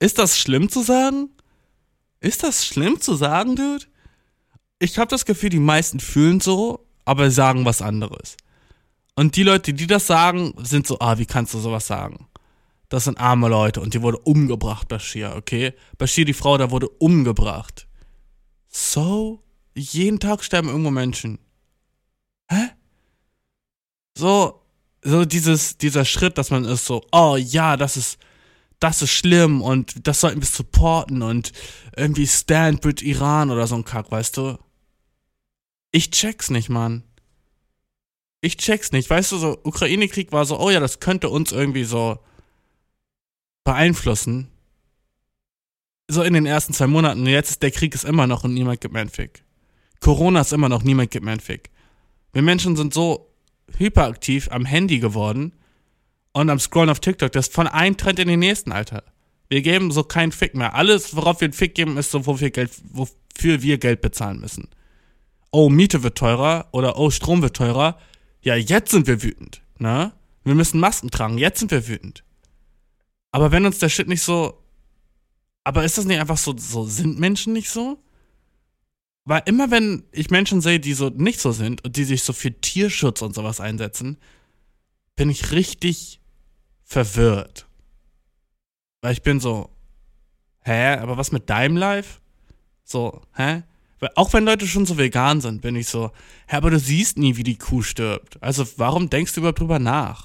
Ist das schlimm zu sagen? Ist das schlimm zu sagen, Dude? Ich habe das Gefühl, die meisten fühlen so, aber sagen was anderes. Und die Leute, die das sagen, sind so, ah, wie kannst du sowas sagen? Das sind arme Leute und die wurde umgebracht, Bashir, okay? Bashir, die Frau, da wurde umgebracht. So, jeden Tag sterben irgendwo Menschen. Hä? So, so dieses, dieser Schritt, dass man ist so, oh ja, das ist, das ist schlimm und das sollten wir supporten und irgendwie stand with Iran oder so ein Kack, weißt du? Ich check's nicht, Mann. Ich check's nicht. Weißt du, so Ukraine-Krieg war so, oh ja, das könnte uns irgendwie so beeinflussen. So in den ersten zwei Monaten. Und jetzt ist der Krieg ist immer noch und niemand gibt mir einen Fick. Corona ist immer noch, niemand gibt mir einen Fick. Wir Menschen sind so hyperaktiv am Handy geworden und am Scrollen auf TikTok, das ist von einem Trend in den nächsten, Alter. Wir geben so keinen Fick mehr. Alles, worauf wir einen Fick geben, ist so, wofür, Geld, wofür wir Geld bezahlen müssen. Oh, Miete wird teurer oder oh, Strom wird teurer. Ja, jetzt sind wir wütend, ne? Wir müssen Masken tragen, jetzt sind wir wütend. Aber wenn uns der Shit nicht so... Aber ist das nicht einfach so, so sind Menschen nicht so? Weil immer wenn ich Menschen sehe, die so nicht so sind und die sich so für Tierschutz und sowas einsetzen, bin ich richtig verwirrt. Weil ich bin so, hä, aber was mit deinem Life? So, hä? Weil auch wenn Leute schon so vegan sind, bin ich so, hä, aber du siehst nie, wie die Kuh stirbt. Also warum denkst du überhaupt drüber nach?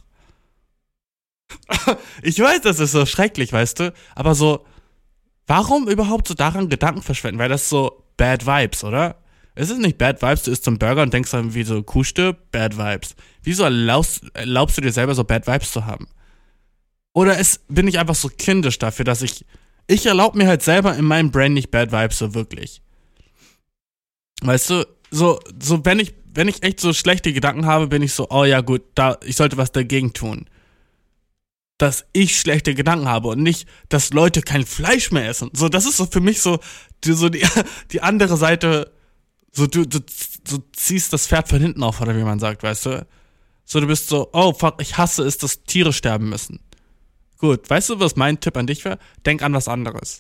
Ich weiß, das ist so schrecklich, weißt du, aber so, warum überhaupt so daran Gedanken verschwenden? Weil das ist so Bad Vibes, oder? Es ist nicht Bad Vibes, du isst so einen Burger und denkst dann, wie so eine Kuh stirbt, Bad Vibes. Wieso erlaubst, erlaubst du dir selber so Bad Vibes zu haben? Oder es, bin ich einfach so kindisch dafür, dass ich, ich erlaube mir halt selber in meinem Brain nicht Bad Vibes so wirklich. Weißt du, so, so wenn ich, wenn ich echt so schlechte Gedanken habe, bin ich so, oh ja gut, da, ich sollte was dagegen tun. Dass ich schlechte Gedanken habe und nicht, dass Leute kein Fleisch mehr essen. So, das ist so für mich so, die, so die, die andere Seite, so du, du, du ziehst das Pferd von hinten auf, oder wie man sagt, weißt du? So, du bist so, oh fuck, ich hasse es, dass Tiere sterben müssen. Gut, weißt du, was mein Tipp an dich wäre? Denk an was anderes.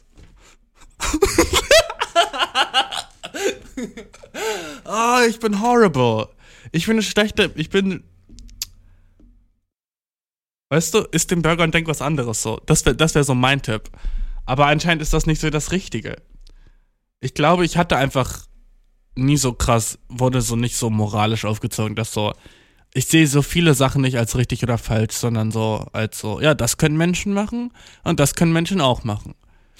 Oh, ich bin horrible. Ich bin eine schlechte, ich bin... Weißt du, isst den Burger und denk was anderes so. Das wäre das wär so mein Tipp. Aber anscheinend ist das nicht so das Richtige. Ich glaube, ich hatte einfach nie so krass, wurde so nicht so moralisch aufgezogen, dass so, ich sehe so viele Sachen nicht als richtig oder falsch, sondern so als so, ja, das können Menschen machen und das können Menschen auch machen.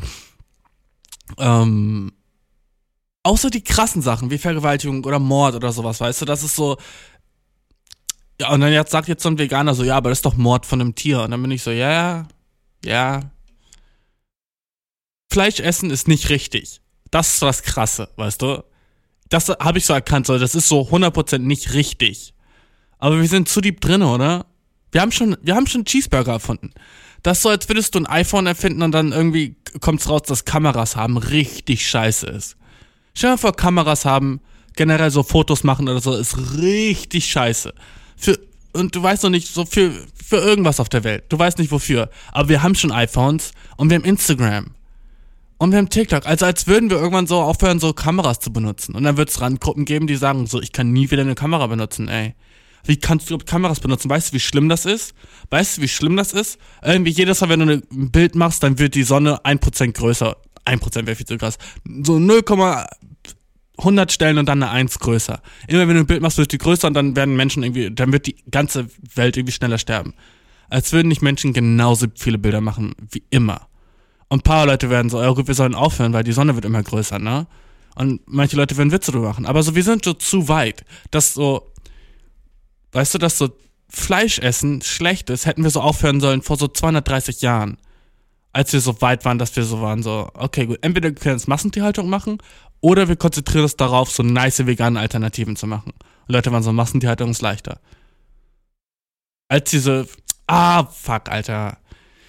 Ähm, außer die krassen Sachen, wie Vergewaltigung oder Mord oder sowas, weißt du, das ist so, ja, und dann jetzt sagt jetzt so ein Veganer so, ja, aber das ist doch Mord von einem Tier. Und dann bin ich so, ja, ja. Fleisch essen ist nicht richtig. Das ist das Krasse, weißt du? Das habe ich so erkannt, so, das ist so hundert Prozent nicht richtig. Aber wir sind zu deep drin, oder? Wir haben schon, wir haben schon Cheeseburger erfunden. Das ist so, als würdest du ein iPhone erfinden und dann irgendwie kommt's raus, dass Kameras haben richtig scheiße ist. Stell dir mal vor, Kameras haben, generell so Fotos machen oder so, ist richtig scheiße. Für, und du weißt noch nicht, so für, für irgendwas auf der Welt. Du weißt nicht wofür. Aber wir haben schon iPhones und wir haben Instagram. Und wir haben TikTok. Also als würden wir irgendwann so aufhören, so Kameras zu benutzen. Und dann wird es Randgruppen geben, die sagen so, ich kann nie wieder eine Kamera benutzen, ey. Wie kannst du Kameras benutzen? Weißt du, wie schlimm das ist? Weißt du, wie schlimm das ist? Irgendwie jedes Mal, wenn du ein Bild machst, dann wird die Sonne ein Prozent größer. ein Prozent wäre viel zu krass. So null Komma hundert stellen und dann eine eins größer. Immer wenn du ein Bild machst, wird die größer und dann werden Menschen irgendwie, dann wird die ganze Welt irgendwie schneller sterben. Als würden nicht Menschen genauso viele Bilder machen wie immer. Und ein paar Leute werden so, ja gut, wir sollen aufhören, weil die Sonne wird immer größer, ne? Und manche Leute werden Witze drüber machen. Aber so, wir sind so zu weit, dass so, weißt du, dass so Fleisch essen schlecht ist, hätten wir so aufhören sollen vor so zweihundertdreißig Jahren. Als wir so weit waren, dass wir so waren, so, okay, gut, entweder wir können jetzt Massentierhaltung machen oder wir konzentrieren uns darauf, so nice vegane Alternativen zu machen. Und Leute waren so, Massentierhaltung ist leichter. Als diese, ah, fuck, Alter.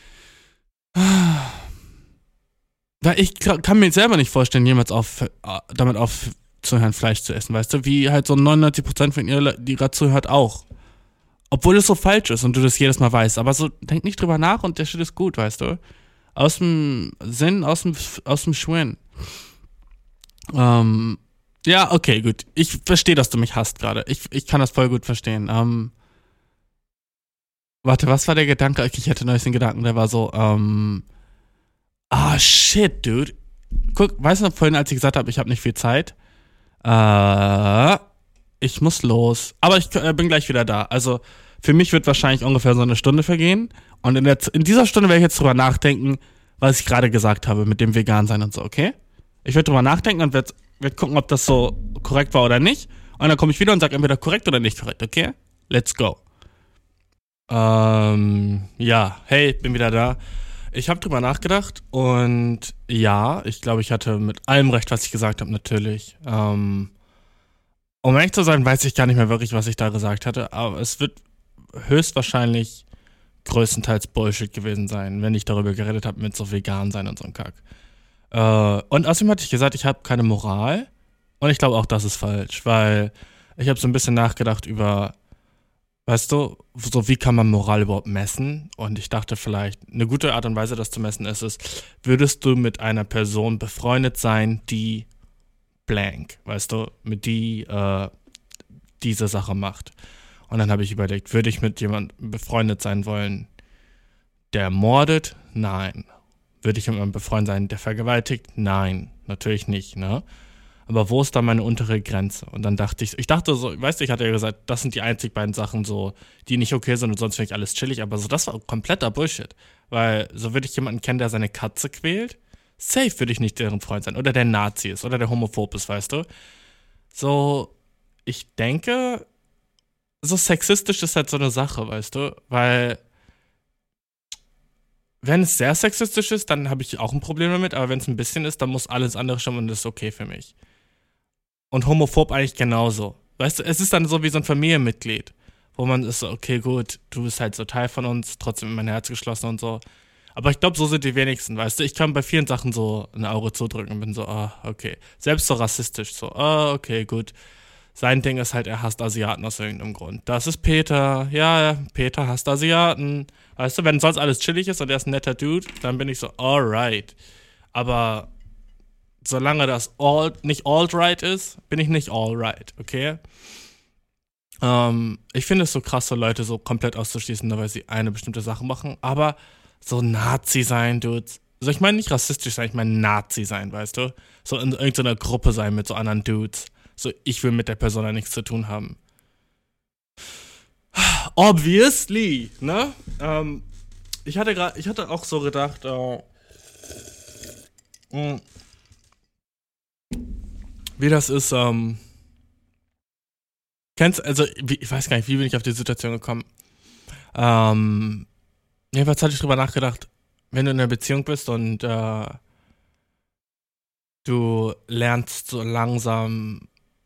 Weil ich kann mir selber nicht vorstellen, jemals auf, damit aufzuhören, Fleisch zu essen, weißt du? Wie halt so neunundneunzig Prozent von ihr, die gerade zuhört, auch. Obwohl es so falsch ist und du das jedes Mal weißt. Aber so, denk nicht drüber nach und der Shit ist gut, weißt du? aus dem Sinn, aus dem, aus dem Schwinn. Ähm, ja, okay, gut. Ich verstehe, dass du mich hasst gerade. Ich, ich kann das voll gut verstehen. Ähm, warte, was war der Gedanke? Okay, ich hatte neulich den Gedanken, der war so, ähm, ah, shit, dude. Guck, weißt du noch vorhin, als ich gesagt habe, ich habe nicht viel Zeit? Äh, ich muss los. Aber ich äh, bin gleich wieder da. Also, für mich wird wahrscheinlich ungefähr so eine Stunde vergehen. Und in, der, in dieser Stunde werde ich jetzt drüber nachdenken, was ich gerade gesagt habe mit dem Vegan-Sein und so, okay? Ich werde drüber nachdenken und werde werd gucken, ob das so korrekt war oder nicht. Und dann komme ich wieder und sage entweder korrekt oder nicht korrekt, okay? Let's go. Ähm, ja, hey, bin wieder da. Ich habe drüber nachgedacht und ja, ich glaube, ich hatte mit allem recht, was ich gesagt habe, natürlich. Ähm, um ehrlich zu sein, weiß ich gar nicht mehr wirklich, was ich da gesagt hatte, aber es wird höchstwahrscheinlich größtenteils Bullshit gewesen sein, wenn ich darüber geredet habe mit so vegan sein und so ein Kack. Äh, und außerdem hatte ich gesagt, ich habe keine Moral und ich glaube auch, das ist falsch, weil ich habe so ein bisschen nachgedacht über, weißt du, so wie kann man Moral überhaupt messen? Und ich dachte vielleicht, eine gute Art und Weise, das zu messen ist es, würdest du mit einer Person befreundet sein, die blank, weißt du, mit die äh, diese Sache macht. Und dann habe ich überlegt, würde ich mit jemandem befreundet sein wollen, der mordet? Nein. Würde ich mit jemandem befreundet sein, der vergewaltigt? Nein, natürlich nicht, ne? Aber wo ist da meine untere Grenze? Und dann dachte ich, ich dachte so, weißt du, ich hatte ja gesagt, das sind die einzig beiden Sachen so, die nicht okay sind und sonst finde ich alles chillig, aber so, das war kompletter Bullshit. Weil so würde ich jemanden kennen, der seine Katze quält, safe würde ich nicht deren Freund sein. Oder der Nazi ist, oder der homophob ist, weißt du? So, ich denke, so sexistisch ist halt so eine Sache, weißt du? Weil, wenn es sehr sexistisch ist, dann habe ich auch ein Problem damit, aber wenn es ein bisschen ist, dann muss alles andere stimmen und das ist okay für mich. Und homophob eigentlich genauso. Weißt du, es ist dann so wie so ein Familienmitglied, wo man ist so, okay, gut, du bist halt so Teil von uns, trotzdem in mein Herz geschlossen und so. Aber ich glaube, so sind die wenigsten, weißt du? Ich kann bei vielen Sachen so ein Auge zudrücken und bin so, ah, okay. Selbst so rassistisch, so, ah, okay, gut. Sein Ding ist halt, er hasst Asiaten aus irgendeinem Grund. Das ist Peter. Ja, Peter hasst Asiaten. Weißt du, wenn sonst alles chillig ist und er ist ein netter Dude, dann bin ich so, alright. Aber solange das all, nicht alt-right ist, bin ich nicht alright, okay? Ähm, ich finde es so krass, so Leute so komplett auszuschließen, nur weil sie eine bestimmte Sache machen. Aber so Nazi sein, Dudes. Also ich meine nicht rassistisch sein, ich meine Nazi sein, weißt du? So in irgendeiner Gruppe sein mit so anderen Dudes. So, ich will mit der Person ja nichts zu tun haben. Obviously, ne? Ähm, ich hatte gerade, ich hatte auch so gedacht, äh, mh, wie das ist, ähm, kennst, also, wie, ich weiß gar nicht, wie bin ich auf die Situation gekommen? Ähm, jedenfalls hatte ich drüber nachgedacht, wenn du in einer Beziehung bist und, äh, du lernst so langsam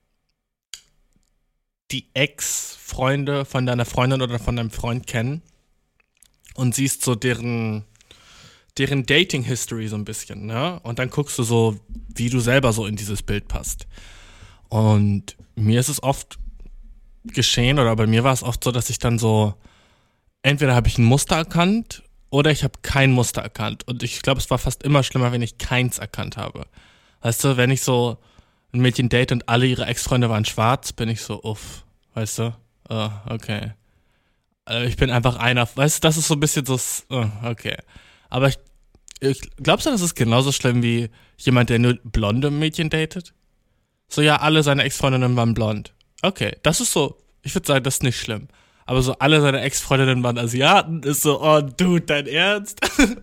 die Ex-Freunde von deiner Freundin oder von deinem Freund kennen und siehst so deren, deren Dating-History so ein bisschen, ne? Und dann guckst du so, wie du selber so in dieses Bild passt. Und mir ist es oft geschehen, oder bei mir war es oft so, dass ich dann so, entweder habe ich ein Muster erkannt oder ich habe kein Muster erkannt. Und ich glaube, es war fast immer schlimmer, wenn ich keins erkannt habe. Weißt du, wenn ich so ein Mädchen date und alle ihre Ex-Freunde waren schwarz, bin ich so, uff, weißt du? Oh, okay. Äh, ich bin einfach einer, weißt du, das ist so ein bisschen so, oh, okay. Aber ich, ich glaubst du, das ist genauso schlimm wie jemand, der nur blonde Mädchen datet? So, ja, alle seine Ex-Freundinnen waren blond. Okay, das ist so, ich würde sagen, das ist nicht schlimm. Aber so, alle seine Ex-Freundinnen waren Asiaten, ist so, oh, dude, dein Ernst?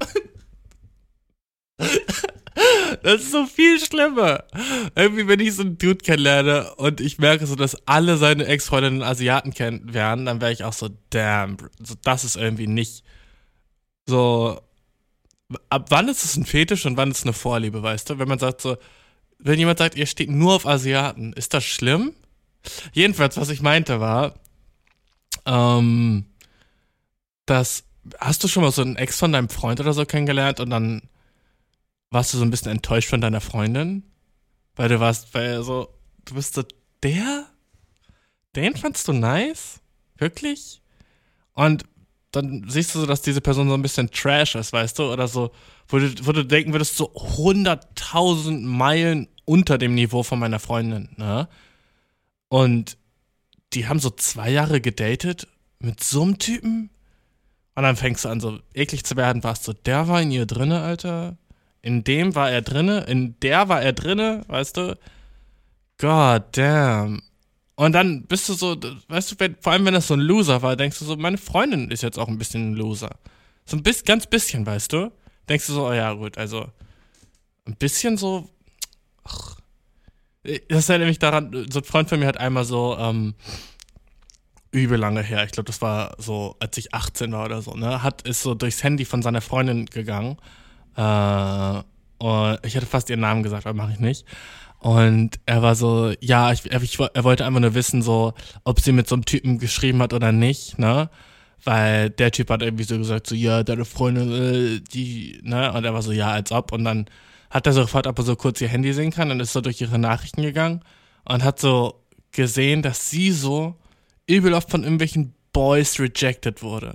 Das ist so viel schlimmer. Irgendwie, wenn ich so einen Dude kennenlerne und ich merke so, dass alle seine Ex-Freundinnen Asiaten kennen werden, dann wäre ich auch so, damn, so, das ist irgendwie nicht so, ab wann ist es ein Fetisch und wann ist es eine Vorliebe, weißt du? Wenn man sagt so, wenn jemand sagt, ihr steht nur auf Asiaten, ist das schlimm? Jedenfalls, was ich meinte war, ähm, dass, hast du schon mal so einen Ex von deinem Freund oder so kennengelernt und dann warst du so ein bisschen enttäuscht von deiner Freundin? Weil du warst, weil so, du bist so, der? Den fandst du nice? Wirklich? Und dann siehst du so, dass diese Person so ein bisschen Trash ist, weißt du, oder so, wo du, wo du denken würdest, so hunderttausend Meilen unter dem Niveau von meiner Freundin, ne? Und die haben so zwei Jahre gedatet mit so einem Typen und dann fängst du an, so eklig zu werden, warst du, der war in ihr drinne, Alter, in dem war er drinne, in der war er drinne, weißt du, god damn. Und dann bist du so, weißt du, wenn, vor allem wenn das so ein Loser war, denkst du so, meine Freundin ist jetzt auch ein bisschen ein Loser. So ein bisschen, ganz bisschen, weißt du? Denkst du so, oh ja, gut, also ein bisschen so, ach. Das erinnert mich daran, so ein Freund von mir hat einmal so, ähm, übel lange her, ich glaube, das war so, als ich achtzehn war oder so, ne, hat, ist so durchs Handy von seiner Freundin gegangen, äh, und ich hätte fast ihren Namen gesagt, aber mache ich nicht. Und er war so, ja, ich, ich, er wollte einfach nur wissen, so, ob sie mit so einem Typen geschrieben hat oder nicht, ne? Weil der Typ hat irgendwie so gesagt, so, ja, deine Freundin, äh, die, ne? Und er war so, ja, als ob. Und dann hat er so gefragt, ob er so kurz ihr Handy sehen kann und ist so durch ihre Nachrichten gegangen und hat so gesehen, dass sie so übel oft von irgendwelchen Boys rejected wurde.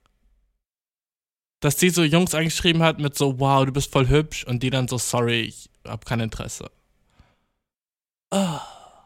Dass sie so Jungs angeschrieben hat mit so, wow, du bist voll hübsch und die dann so, sorry, ich hab kein Interesse. Oh.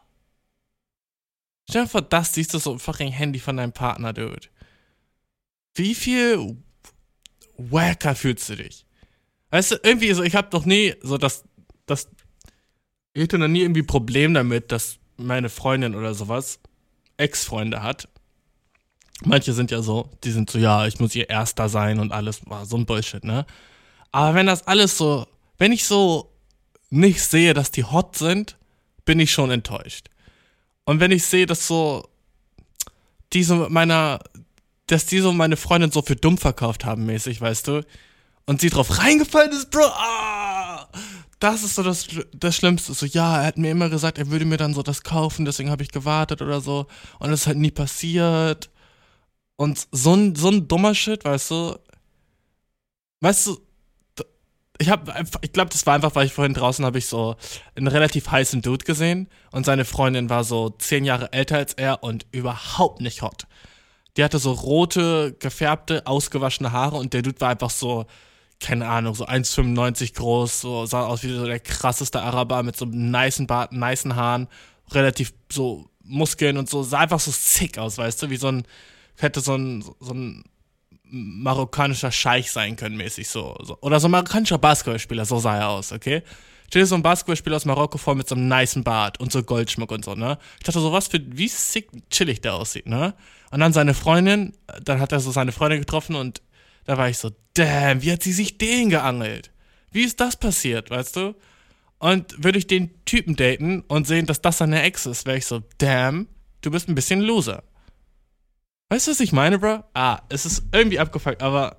Stell dir vor, das siehst du so im fucking Handy von deinem Partner, Dude. Wie viel wacker fühlst du dich? Weißt du, irgendwie so, ich hab doch nie so das, das, ich hatte noch nie irgendwie ein Problem damit, dass meine Freundin oder sowas Ex-Freunde hat. Manche sind ja so, die sind so, ja, ich muss ihr Erster sein und alles, war so ein Bullshit, ne? Aber wenn das alles so, wenn ich so nicht sehe, dass die hot sind, bin ich schon enttäuscht. Und wenn ich sehe, dass so die so mit meiner, dass die so meine Freundin so für dumm verkauft haben mäßig, weißt du, und sie drauf reingefallen ist, Bro, ah, das ist so das, das Schlimmste. So, ja, er hat mir immer gesagt, er würde mir dann so das kaufen, deswegen habe ich gewartet oder so. Und das ist halt nie passiert. Und so ein, so ein dummer Shit, weißt du, weißt du, ich hab einfach, ich glaube, das war einfach, weil ich vorhin draußen habe ich so einen relativ heißen Dude gesehen und seine Freundin war so zehn Jahre älter als er und überhaupt nicht hot. Die hatte so rote, gefärbte, ausgewaschene Haare und der Dude war einfach so, keine Ahnung, so eins Komma fünfundneunzig groß, so sah aus wie so der krasseste Araber mit so einem nicen Bart, nicen Haaren, relativ so Muskeln und so, sah einfach so sick aus, weißt du, wie so ein, hätte so ein, so ein marokkanischer Scheich sein können, mäßig so, so. Oder so ein marokkanischer Basketballspieler, so sah er aus, okay? Stell dir so ein Basketballspieler aus Marokko vor mit so einem nicen Bart und so Goldschmuck und so, ne? Ich dachte so, was für, wie sick chillig der aussieht, ne? Und dann seine Freundin, dann hat er so seine Freundin getroffen und da war ich so, damn, wie hat sie sich den geangelt? Wie ist das passiert, weißt du? Und würde ich den Typen daten und sehen, dass das seine Ex ist, wäre ich so, damn, du bist ein bisschen Loser. Weißt du, was ich meine, Bro? Ah, es ist irgendwie abgefuckt, aber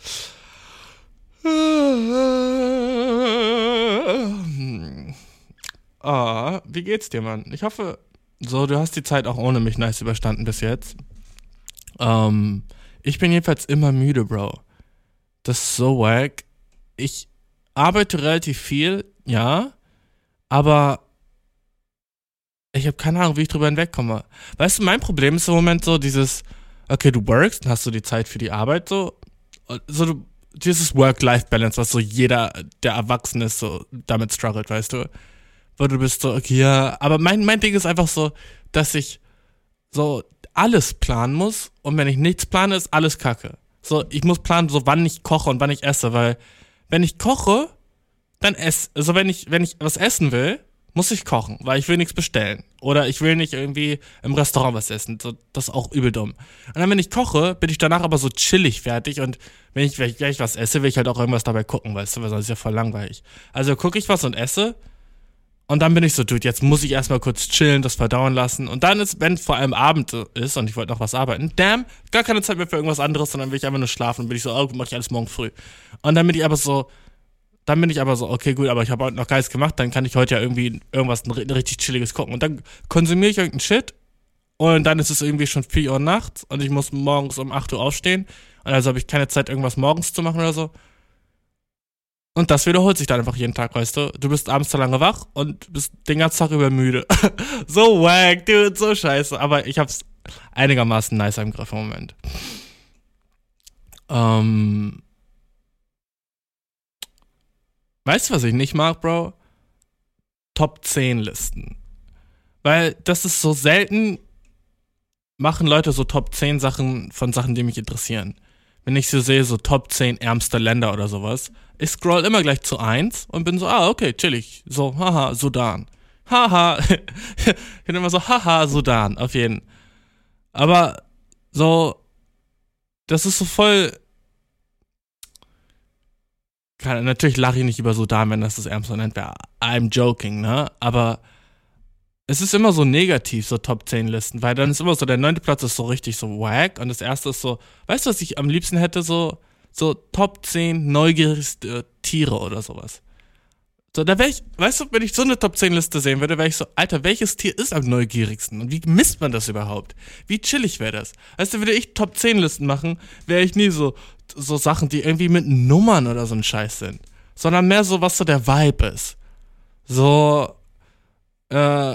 ah, wie geht's dir, Mann? Ich hoffe, so, du hast die Zeit auch ohne mich nice überstanden bis jetzt. Ähm, ich bin jedenfalls immer müde, Bro. Das ist so wack. Ich arbeite relativ viel, ja, aber ich habe keine Ahnung, wie ich drüber hinwegkomme. Weißt du, mein Problem ist im Moment so dieses, okay, du workst, dann hast du die Zeit für die Arbeit, so, so du, dieses Work-Life-Balance, was so jeder, der erwachsen ist, so damit struggelt, weißt du, wo du bist so, okay, ja, aber mein, mein Ding ist einfach so, dass ich so alles planen muss und wenn ich nichts plane, ist alles Kacke. So, ich muss planen, so wann ich koche und wann ich esse, weil wenn ich koche, dann esse, also wenn ich, wenn ich was essen will, muss ich kochen, weil ich will nichts bestellen. Oder ich will nicht irgendwie im Restaurant was essen. So, das ist auch übel dumm. Und dann, wenn ich koche, bin ich danach aber so chillig fertig. Und wenn ich, wenn ich, wenn ich was esse, will ich halt auch irgendwas dabei gucken, weißt du, weil sonst ist ja voll langweilig. Also gucke ich was und esse. Und dann bin ich so, dude, jetzt muss ich erstmal kurz chillen, das verdauen lassen. Und dann ist, wenn vor allem Abend ist und ich wollte noch was arbeiten, damn, gar keine Zeit mehr für irgendwas anderes, sondern will ich einfach nur schlafen. Und bin ich so, oh, mach ich alles morgen früh. Und dann bin ich aber so, Dann bin ich aber so, okay, gut, aber ich habe heute noch Geiles gemacht, dann kann ich heute ja irgendwie irgendwas ein richtig chilliges gucken. Und dann konsumiere ich irgendeinen Shit und dann ist es irgendwie schon vier Uhr nachts und ich muss morgens um acht Uhr aufstehen und also habe ich keine Zeit, irgendwas morgens zu machen oder so. Und das wiederholt sich dann einfach jeden Tag, weißt du? Du bist abends zu lange wach und bist den ganzen Tag über müde. So wack, dude, so scheiße. Aber ich hab's einigermaßen nice im Griff im Moment. Ähm, weißt du, was ich nicht mag, Bro? Top zehn Listen. Weil das ist so selten, machen Leute so Top zehn Sachen von Sachen, die mich interessieren. Wenn ich so sehe, so Top zehn ärmster Länder oder sowas, ich scroll immer gleich zu eins und bin so, ah, okay, chillig. So, haha, Sudan. Haha. Ich bin immer so, haha, Sudan, auf jeden. Aber so, das ist so voll. Kann, natürlich lache ich nicht über Sudan, wenn das das ärmste Land wäre. I'm joking, ne? Aber es ist immer so negativ, so Top zehn Listen, weil dann ist immer so, der neunte Platz ist so richtig so wack und das erste ist so, weißt du, was ich am liebsten hätte? So, so Top zehn neugierigste Tiere oder sowas. So, da wäre ich, weißt du, wenn ich so eine Top zehn Liste sehen würde, wäre ich so, Alter, welches Tier ist am neugierigsten? Und wie misst man das überhaupt? Wie chillig wäre das? Weißt du, würde ich Top zehn Listen machen, wäre ich nie so, so Sachen, die irgendwie mit Nummern oder so ein Scheiß sind. Sondern mehr so, was so der Vibe ist. So, äh,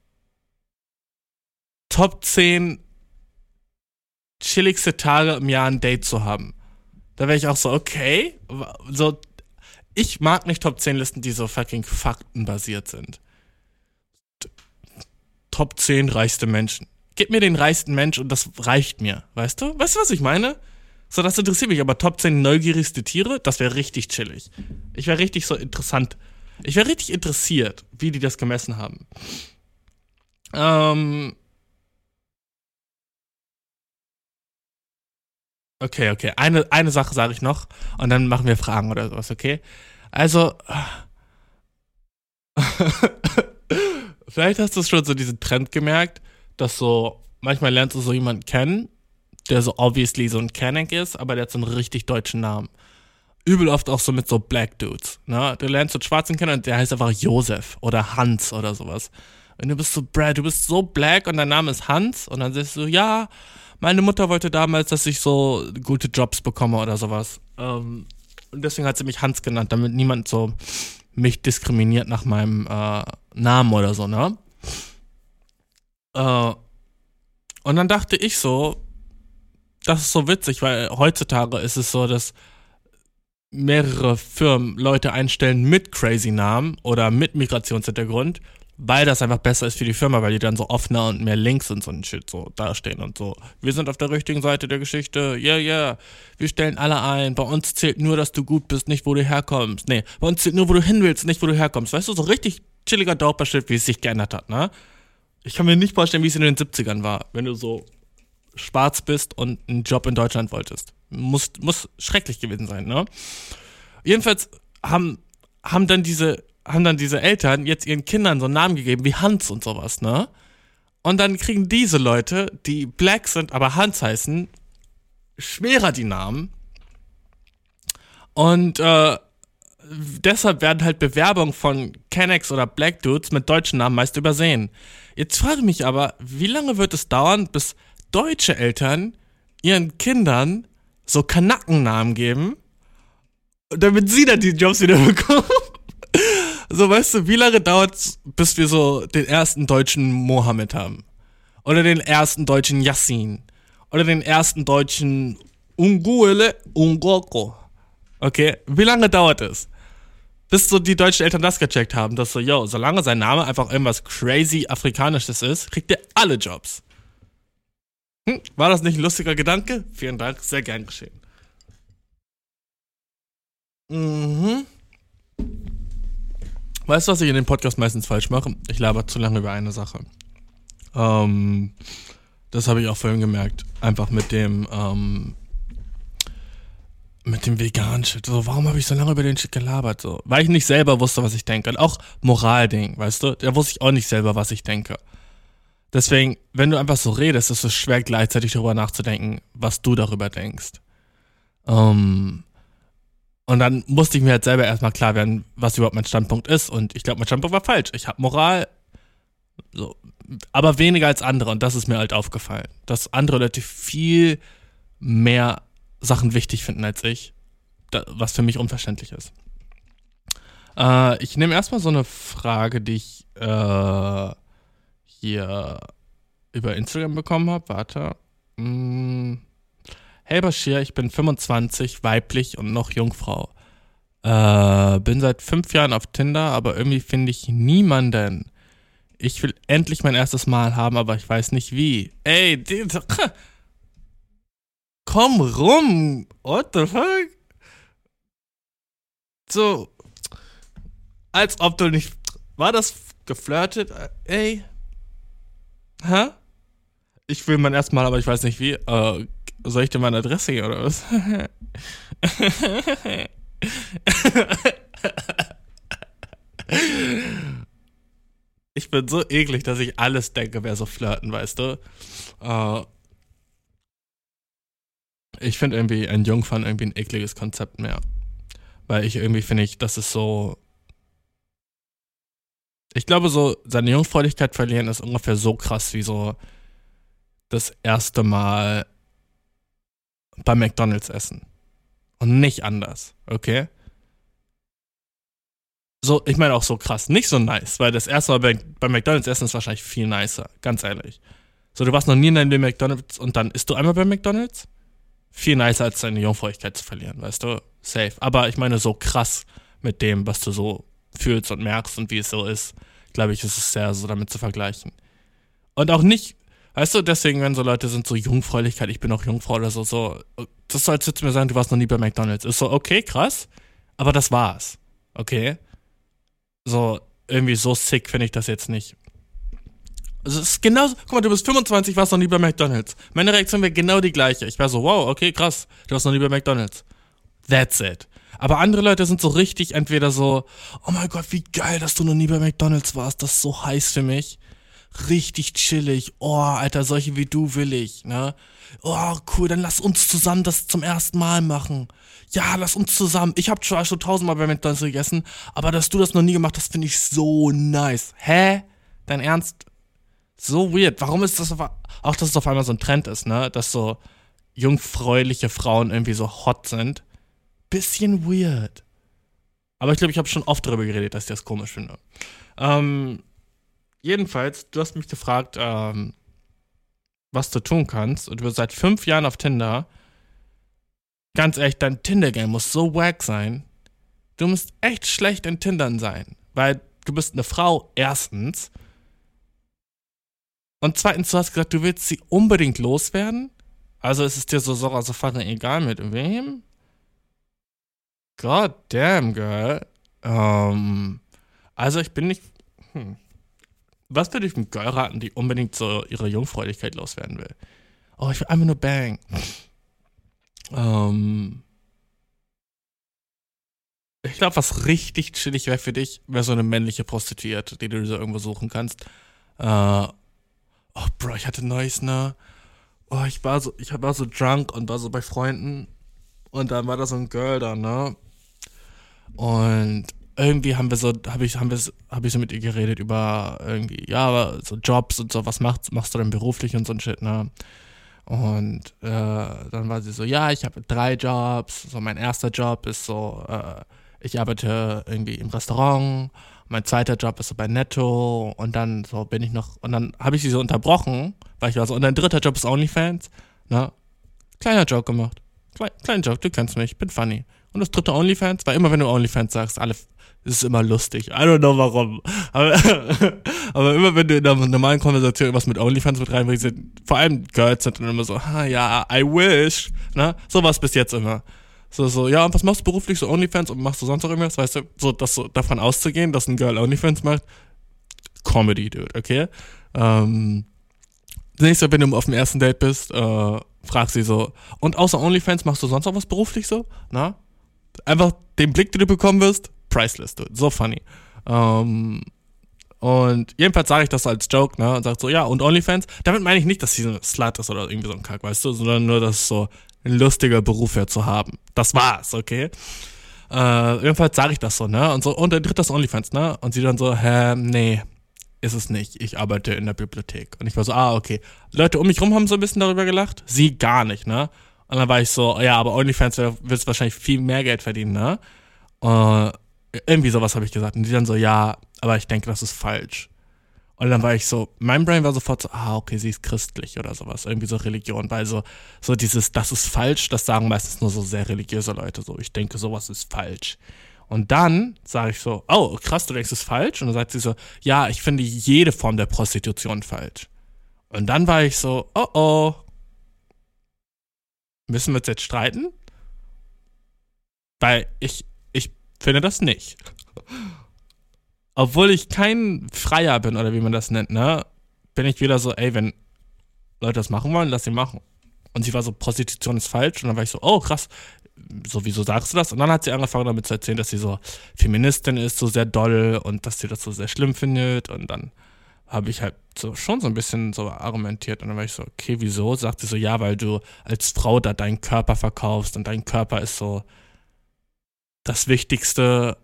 Top zehn chilligste Tage im Jahr ein Date zu haben. Da wäre ich auch so, okay, so, ich mag nicht Top zehn Listen, die so fucking faktenbasiert sind. Top zehn reichste Menschen. Gib mir den reichsten Mensch und das reicht mir, weißt du? Weißt du, was ich meine? So, das interessiert mich, aber Top zehn neugierigste Tiere, das wäre richtig chillig. Ich wäre richtig so interessant. Ich wäre richtig interessiert, wie die das gemessen haben. Ähm, Okay, okay. Eine, eine Sache sage ich noch und dann machen wir Fragen oder sowas, okay? Also, vielleicht hast du schon so diesen Trend gemerkt, dass so, manchmal lernst du so jemanden kennen, der so obviously so ein Kenneck ist, aber der hat so einen richtig deutschen Namen. Übel oft auch so mit so Black Dudes, ne? Du lernst so einen Schwarzen kennen und der heißt einfach Josef oder Hans oder sowas. Und du bist so, Brad, du bist so black und dein Name ist Hans und dann sagst du, ja, meine Mutter wollte damals, dass ich so gute Jobs bekomme oder sowas. Ähm, und deswegen hat sie mich Hans genannt, damit niemand so mich diskriminiert nach meinem äh, Namen oder so, ne? Äh, und dann dachte ich so, das ist so witzig, weil heutzutage ist es so, dass mehrere Firmen Leute einstellen mit crazy Namen oder mit Migrationshintergrund, weil das einfach besser ist für die Firma, weil die dann so offener und mehr Links und so ein Shit so dastehen und so. Wir sind auf der richtigen Seite der Geschichte, yeah, yeah, wir stellen alle ein, bei uns zählt nur, dass du gut bist, nicht wo du herkommst. Nee, bei uns zählt nur, wo du hin willst, nicht wo du herkommst. Weißt du, so richtig chilliger Doper-Shit, wie es sich geändert hat, ne? Ich kann mir nicht vorstellen, wie es in den siebzigern war, wenn du so schwarz bist und einen Job in Deutschland wolltest. Muss, muss schrecklich gewesen sein, ne? Jedenfalls haben, haben dann diese haben dann diese Eltern jetzt ihren Kindern so einen Namen gegeben wie Hans und sowas, ne? Und dann kriegen diese Leute, die black sind, aber Hans heißen, schwerer die Namen. Und äh, deshalb werden halt Bewerbungen von Kennex oder Black Dudes mit deutschen Namen meist übersehen. Jetzt frage ich mich aber, wie lange wird es dauern, bis deutsche Eltern ihren Kindern so Kanackennamen geben, damit sie dann die Jobs wieder bekommen? So, weißt du, wie lange dauert es, bis wir so den ersten deutschen Mohammed haben? Oder den ersten deutschen Yassin? Oder den ersten deutschen Unguele Ungoko? Okay, wie lange dauert es? Bis so die deutschen Eltern das gecheckt haben, dass so, yo, solange sein Name einfach irgendwas crazy Afrikanisches ist, kriegt er alle Jobs. Hm, war das nicht ein lustiger Gedanke? Vielen Dank, sehr gern geschehen. Mhm. Weißt du, was ich in dem Podcast meistens falsch mache? Ich laber zu lange über eine Sache. Ähm, das habe ich auch vorhin gemerkt. Einfach mit dem, ähm, mit dem veganen Shit. So, warum habe ich so lange über den Shit gelabert? So, weil ich nicht selber wusste, was ich denke. Und auch Moralding, weißt du? Da wusste ich auch nicht selber, was ich denke. Deswegen, wenn du einfach so redest, ist es schwer, gleichzeitig darüber nachzudenken, was du darüber denkst. Ähm, Und dann musste ich mir halt selber erstmal klar werden, was überhaupt mein Standpunkt ist. Und ich glaube, mein Standpunkt war falsch. Ich habe Moral, so, aber weniger als andere. Und das ist mir halt aufgefallen. Dass andere Leute viel mehr Sachen wichtig finden als ich. Da, was für mich unverständlich ist. Äh, ich nehme erstmal so eine Frage, die ich äh, hier über Instagram bekommen habe. Warte. Hm. hey Bashir, ich bin fünfundzwanzig, weiblich und noch Jungfrau. Äh, bin seit fünf Jahren auf Tinder, aber irgendwie finde ich niemanden. Ich will endlich mein erstes Mal haben, aber ich weiß nicht wie. Ey, die, komm rum. What the fuck? So, als ob du nicht... War das geflirtet? Ey? Hä? Ich will mein erstes Mal, aber ich weiß nicht wie. Äh, soll ich dir meine Adresse geben oder was? Ich bin so eklig, dass ich alles denke, wer so flirten, weißt du? Äh, ich finde irgendwie ein Jungfern irgendwie ein ekliges Konzept mehr. Weil ich irgendwie finde ich, das ist so... Ich glaube so, seine Jungfräulichkeit verlieren ist ungefähr so krass wie so das erste Mal bei McDonald's essen. Und nicht anders, okay? So, ich meine auch so krass, nicht so nice, weil das erste Mal bei, bei McDonald's essen ist wahrscheinlich viel nicer, ganz ehrlich. So, du warst noch nie in deinem Leben McDonald's und dann isst du einmal bei McDonald's? Viel nicer als deine Jungfräulichkeit zu verlieren, weißt du? Safe. Aber ich meine so krass mit dem, was du so fühlst und merkst und wie es so ist, glaube ich, ist es sehr so damit zu vergleichen. Und auch nicht, weißt du, deswegen, wenn so Leute sind, so Jungfräulichkeit, ich bin auch Jungfrau oder so, so, das soll jetzt mir sagen, du warst noch nie bei McDonald's. Ist so, okay, krass, aber das war's. Okay? So, irgendwie so sick finde ich das jetzt nicht. Also es ist genauso, guck mal, du bist fünfundzwanzig, warst noch nie bei McDonald's. Meine Reaktion wäre genau die gleiche. Ich wäre so, wow, okay, krass, du warst noch nie bei McDonald's. That's it. Aber andere Leute sind so richtig entweder so, oh mein Gott, wie geil, dass du noch nie bei McDonald's warst, das ist so heiß für mich. Richtig chillig, oh, Alter, solche wie du will ich, ne? Oh, cool, dann lass uns zusammen das zum ersten Mal machen. Ja, lass uns zusammen. Ich hab schon, schon tausendmal bei McDonald's gegessen, aber dass du das noch nie gemacht hast, finde ich so nice. Hä? Dein Ernst? So weird. Warum ist das auf, auch, dass es auf einmal so ein Trend ist, ne? Dass so jungfräuliche Frauen irgendwie so hot sind. Bisschen weird. Aber ich glaube, ich habe schon oft darüber geredet, dass ich das komisch finde. Ähm, jedenfalls, du hast mich gefragt, ähm, was du tun kannst. Und du bist seit fünf Jahren auf Tinder. Ganz ehrlich, dein Tinder-Game muss so wack sein. Du musst echt schlecht in Tindern sein. Weil du bist eine Frau, erstens. Und zweitens, du hast gesagt, du willst sie unbedingt loswerden. Also ist es dir so so sofort egal mit wem? God damn, girl. Ähm, also ich bin nicht... Hm. Was würde ich einem Girl raten, die unbedingt so ihre Jungfräulichkeit loswerden will? Oh, ich will einfach nur bang. Ähm, ich glaube, was richtig chillig wäre für dich, wäre so eine männliche Prostituierte, die du so irgendwo suchen kannst. Äh, oh, Bro, ich hatte Neues, ne? Oh, ich war so, ich war so drunk und war so bei Freunden und dann war da so ein Girl da, ne? Und irgendwie haben wir so, habe ich, haben wir, habe ich so mit ihr geredet über irgendwie, ja, aber so Jobs und so, was machst, machst du denn beruflich und so ein Shit, ne? Und äh, dann war sie so, ja, ich habe drei Jobs. So mein erster Job ist so, äh, ich arbeite irgendwie im Restaurant. Mein zweiter Job ist so bei Netto. Und dann so bin ich noch, und dann habe ich sie so unterbrochen, weil ich war so, und dein dritter Job ist OnlyFans. Ne? Kleiner Joke gemacht. Klein, kleiner Joke, du kennst mich, ich bin funny. Und das dritte OnlyFans, weil immer wenn du OnlyFans sagst, alle, es ist immer lustig. I don't know warum. Aber, aber immer wenn du in einer normalen Konversation irgendwas mit OnlyFans mit reinbringst, sind, vor allem Girls sind dann immer so, ah, ja, I wish. Ne? So war es bis jetzt immer. So, so, ja, und was machst du beruflich? So OnlyFans und machst du sonst noch irgendwas? Weißt du, so, das so davon auszugehen, dass ein Girl OnlyFans macht, Comedy, dude, okay? Ähm, nächstes Mal, wenn du auf dem ersten Date bist, äh, frag sie so, und außer OnlyFans machst du sonst noch was beruflich so? Na? Einfach den Blick, den du bekommen wirst, priceless, dude. So funny. Ähm, und jedenfalls sage ich das als Joke, ne? Und sag so, ja, und OnlyFans? Damit meine ich nicht, dass sie so eine Slut ist oder irgendwie so ein Kack, weißt du? Sondern nur, dass es so ein lustiger Beruf wäre zu haben. Das war's, okay? Äh, jedenfalls sage ich das so, ne? Und so, und der dritte ist OnlyFans, ne? Und sie dann so, hä, nee, ist es nicht. Ich arbeite in der Bibliothek. Und ich war so, ah, okay. Leute um mich rum haben so ein bisschen darüber gelacht. Sie gar nicht, ne? Und dann war ich so, ja, aber OnlyFans willst wahrscheinlich viel mehr Geld verdienen, ne? Uh, irgendwie sowas habe ich gesagt. Und die dann so, ja, aber ich denke, das ist falsch. Und dann war ich so, mein Brain war sofort so, ah, okay, sie ist christlich oder sowas, irgendwie so Religion, weil so, so dieses, das ist falsch, das sagen meistens nur so sehr religiöse Leute, so, ich denke, sowas ist falsch. Und dann sage ich so, oh, krass, du denkst, es ist falsch? Und dann sagt sie so, ja, ich finde jede Form der Prostitution falsch. Und dann war ich so, oh oh, müssen wir uns jetzt streiten? Weil ich, ich finde das nicht. Obwohl ich kein Freier bin, oder wie man das nennt, ne, bin ich wieder so, ey, wenn Leute das machen wollen, lass sie machen. Und sie war so, Prostitution ist falsch. Und dann war ich so, oh, krass, so, wieso sagst du das? Und dann hat sie angefangen damit zu erzählen, dass sie so Feministin ist, so sehr doll und dass sie das so sehr schlimm findet. Und dann habe ich halt so schon so ein bisschen so argumentiert. Und dann war ich so, okay, wieso? Sagt sie so, ja, weil du als Frau da deinen Körper verkaufst und dein Körper ist so das Wichtigste,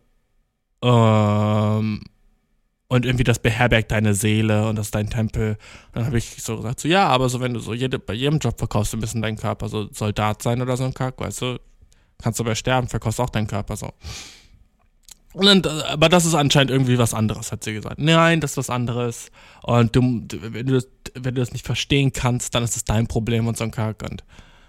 ähm, und irgendwie das beherbergt deine Seele und das ist dein Tempel. Und dann habe ich so gesagt, so ja, aber so wenn du so jede, bei jedem Job verkaufst du ein bisschen deinen Körper, so Soldat sein oder so ein Kack, weißt du, kannst du aber sterben, verkaufst auch deinen Körper so. Und dann, aber das ist anscheinend irgendwie was anderes, hat sie gesagt. Nein, das ist was anderes. Und du, wenn du, wenn du das nicht verstehen kannst, dann ist es dein Problem und so ein Kack. Und